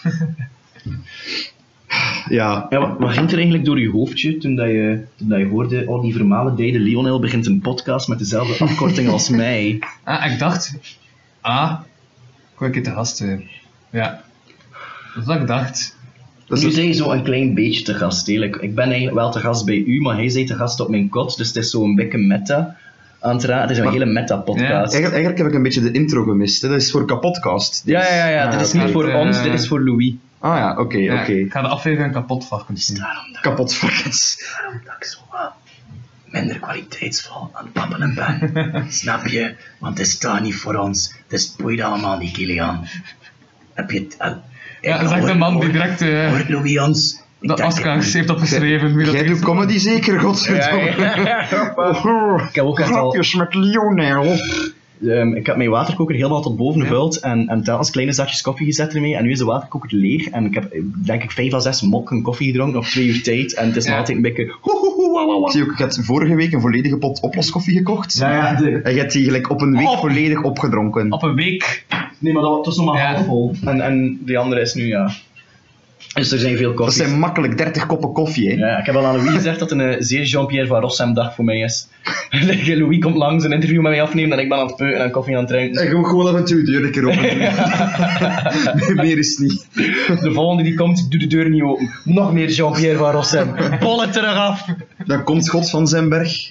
Ja. Ja, wat, wat ging er eigenlijk door je hoofdje toen, dat je, toen dat je hoorde, oh die vermalendijde Lionel begint een podcast met dezelfde afkorting als mij? Ah, ik dacht, ah, ik wil een keer te gast zijn. Ja, dat is wat ik dacht. Dus nu zijn je zo een klein beetje te gast. Hè. Ik, ik ben eigenlijk wel te gast bij u, maar hij zei te gast op mijn kot, dus het is zo een beetje meta. Aan het raden. Het is een maar, hele meta-podcast. Ja. Eigenlijk, eigenlijk heb ik een beetje de intro gemist. Hè. Dat is voor Kapodcast. Dus, ja, ja, ja, ja. Ah, dit is okay. niet voor uh, ons, dit is voor Louis. Ah ja, oké, okay, ja, oké. Okay. Ik ga de aflevering kapot varkens doen. Kapot varkens. Daarom dat ik zo uh, minder kwaliteitsvol aan het babbelen ben. Snap je? Want het staat niet voor ons. Het is boeit allemaal niet, Kilian. Heb je het... Uh, ja, dat is echt een man die direct... Uh, hoort Louis ons... Dat Oscars heeft opgeschreven. Jij doet comedy zeker, godverdomme. Ja, ja, ja. Ik heb ook echt al... Grapjes met Lionel. Um, ik heb mijn waterkoker helemaal tot boven gevuld ja. en, en telkens kleine zakjes koffie gezet ermee. En nu is de waterkoker leeg en ik heb denk ik vijf à zes mokken koffie gedronken op twee uur tijd. En het is ja. nog altijd een beetje... Zie je ook, ik had vorige week een volledige pot oploskoffie gekocht. Ja, ja, de... En je hebt die gelijk op een week op. volledig opgedronken. Op een week? Nee, maar dat, dat was nog maar ja. half vol. En, en die andere is nu, ja... Dus er zijn veel koffies. Dat zijn makkelijk dertig koppen koffie, hè? Ja, ik heb al aan Louis gezegd dat het een zeer Jean-Pierre van Rossem dag voor mij is. Louis komt langs een interview met mij afnemen en ik ben aan het peuten en koffie aan het drinken. En gewoon af en toe de deur een keer open. Meer is niet. De volgende die komt, ik doe de deur niet open. Nog meer Jean-Pierre van Rossem. Bollen terug af. Dan komt God van zijn berg.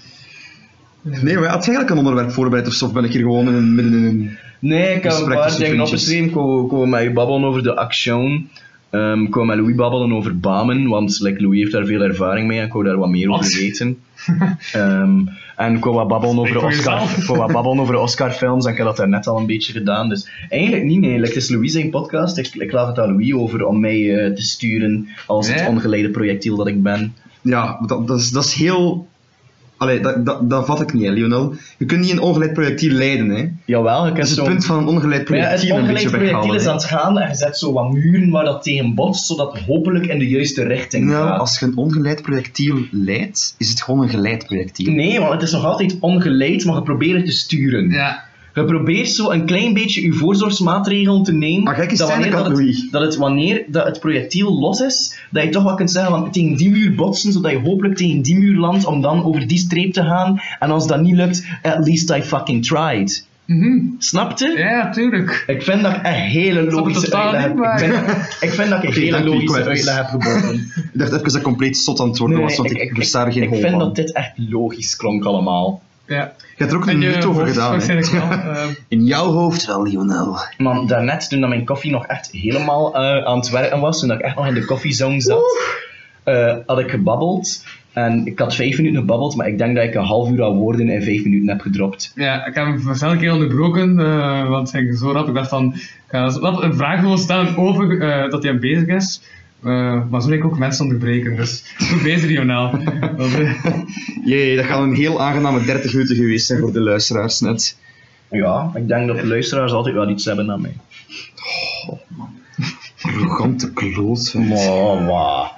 Nee, maar had je eigenlijk een onderwerp voorbereid of zo? Ben ik hier gewoon in, midden in een... Nee, ik heb een paar dingen opgeschreven. Ik wou met je babbelen over de action. Um, ik wou met Louis babbelen over Bamen, want like, Louis heeft daar veel ervaring mee en ik wou daar wat meer over weten. Um, en ik wou wat babbelen over de Oscar, ik wou wat babbelen over de Oscar-films en ik heb dat daar net al een beetje gedaan. Dus eigenlijk niet, nee. Like, het is Louis zijn podcast, ik, ik laat het aan Louis over om mij uh, te sturen als het ongeleide projectiel dat ik ben. Ja, dat, dat, is, dat is heel... Allee, dat, dat, dat vat ik niet, hè, Lionel. Je kunt niet een ongeleid projectiel leiden, hè. Jawel, je kunt zo... Dat is het zo... punt van een ongeleid projectiel ja, een beetje weghalen. Het ongeleid projectiel is aan het gaan en je zet zo wat muren waar dat tegen botst, zodat het hopelijk in de juiste richting nou, gaat. Als je een ongeleid projectiel leidt, is het gewoon een geleid projectiel. Nee, want het is nog altijd ongeleid, maar je probeert het te sturen. Ja. Je probeert zo een klein beetje je voorzorgsmaatregelen te nemen. Maar kijk eens dat wanneer, dat het, dat het wanneer dat het projectiel los is, dat je toch wat kunt zeggen van tegen die muur botsen, zodat je hopelijk tegen die muur landt om dan over die streep te gaan. En als dat niet lukt, at least I fucking tried. Mm-hmm. Snapte? Ja, tuurlijk. Ik vind dat ik een hele logische uitleg heb. Ik vind, ik vind dat ik een okay, hele logische uitleg heb geboden. Ik dacht even dat ik compleet zot aan het worden nee, was, want ik, ik, ik, ik sta er geen Ik hol vind van. dat dit echt logisch klonk allemaal. Ja. Je hebt er ook een minuut over gedaan, hè? uh... In jouw hoofd wel, Lionel. Man, daarnet, toen dat mijn koffie nog echt helemaal uh, aan het werken was, toen dat ik echt nog in de koffiezone zat, uh, had ik gebabbeld. En ik had vijf minuten gebabbeld, maar ik denk dat ik een half uur aan woorden in vijf minuten heb gedropt. Ja, ik heb hem vanzelf een keer onderbroken, uh, want het ging zo rap. Ik dacht van, ik ga een vraag gewoon stellen over uh, dat hij aan bezig is. Uh, maar zo wil ik ook mensen onderbreken, dus goed bezig, Lionel. Jee, dat gaat een heel aangename dertig minuten geweest zijn voor de luisteraars net. Ja, ik denk dat de luisteraars altijd wel iets hebben aan mij. Oh, man. Arrogante kloot. Maar wat?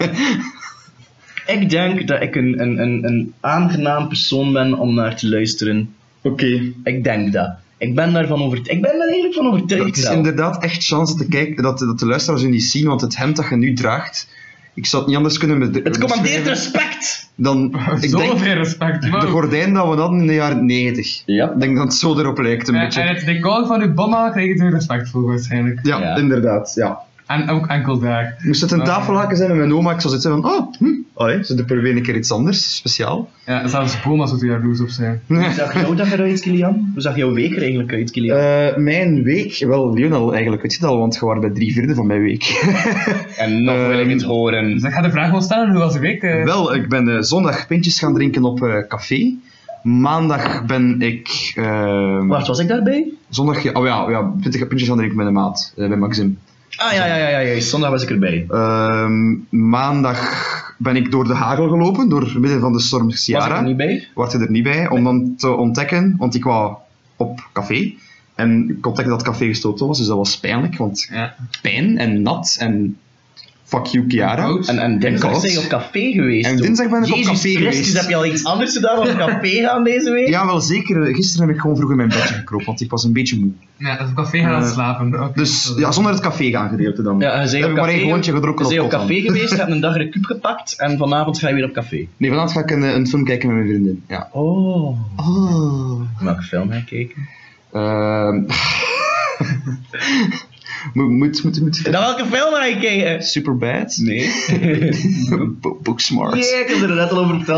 Ik denk dat ik een, een, een, een aangenaam persoon ben om naar te luisteren. Oké. Okay. Ik denk dat. Ik ben daarvan overtuigd. Ik ben daar eigenlijk van overtuigd. Het is zelf. Inderdaad echt chance dat de, kijk, dat, dat de luisteraars u niet zien, want het hemd dat je nu draagt, ik zou het niet anders kunnen bedrijven. Het commandeert respect! Dan, ik Zoveel denk, respect. Wow. De gordijn dat we hadden in de jaren negentig. Ja. Ik denk dat het zo erop lijkt een en, beetje. En het decor van uw bomma krijg je er respect voor waarschijnlijk. Ja, ja, inderdaad. Ja. En ook enkel daar. Moest het een tafelhaken zijn met mijn oma, ik zou zitten van, oh, hm, allee, ze proberen een keer iets anders, speciaal. Ja, zelfs Boma zou er jaloers op zijn. Hoe zag jouw dag eruit, Kilian? Hoe zag jouw week er eigenlijk uit, Kilian? Uh, mijn week, wel, Lionel eigenlijk, weet je het al, want je was bij drie vierde van mijn week. En nog wil ik het horen. Dus ik ga de vraag wel stellen, hoe was de week? Uh... Wel, ik ben uh, zondag pintjes gaan drinken op uh, café. Maandag ben ik... Uh, Wacht, was ik daarbij? Zondag, ja, oh ja, ja twintig pintjes gaan drinken met een maat, uh, bij Maxim. Ah ja, ja, ja, ja, juist. Zondag was ik erbij. Uh, maandag ben ik door de hagel gelopen, door midden van de storm Ciara. Was ik er niet bij? Was je er niet bij, om dan te ontdekken, want ik wou op café. En ik ontdekte dat het café gestoten was, dus dat was pijnlijk, want ja. pijn en nat en fuck you Ciara. En, en dinsdag ben je op café geweest. En dinsdag ben ik Jezus op café Christus, geweest. heb je al iets anders gedaan dan op café gaan deze week? Ja, wel zeker. Gisteren heb ik gewoon vroeg in mijn bedje gekropen, want ik was een beetje moe. Ja, dat is op café gaan Uh, slapen. Okay. Dus ja, zonder het café gaan gedeelte dan. Ja, je bent heb op ik maar café, één gewoontje gedronken je op bent op pot café dan. geweest, je hebt een dag recup gepakt en vanavond ga je weer op café. Nee, vanavond ga ik een, een film kijken met mijn vriendin. Ja. Oh. Oh. Welke film ga je kijken? Uh, moet, moet, moet, moet. Naar welke film ga je kijken? Superbad? Nee. Booksmart. Ja, ik heb er net al over verteld.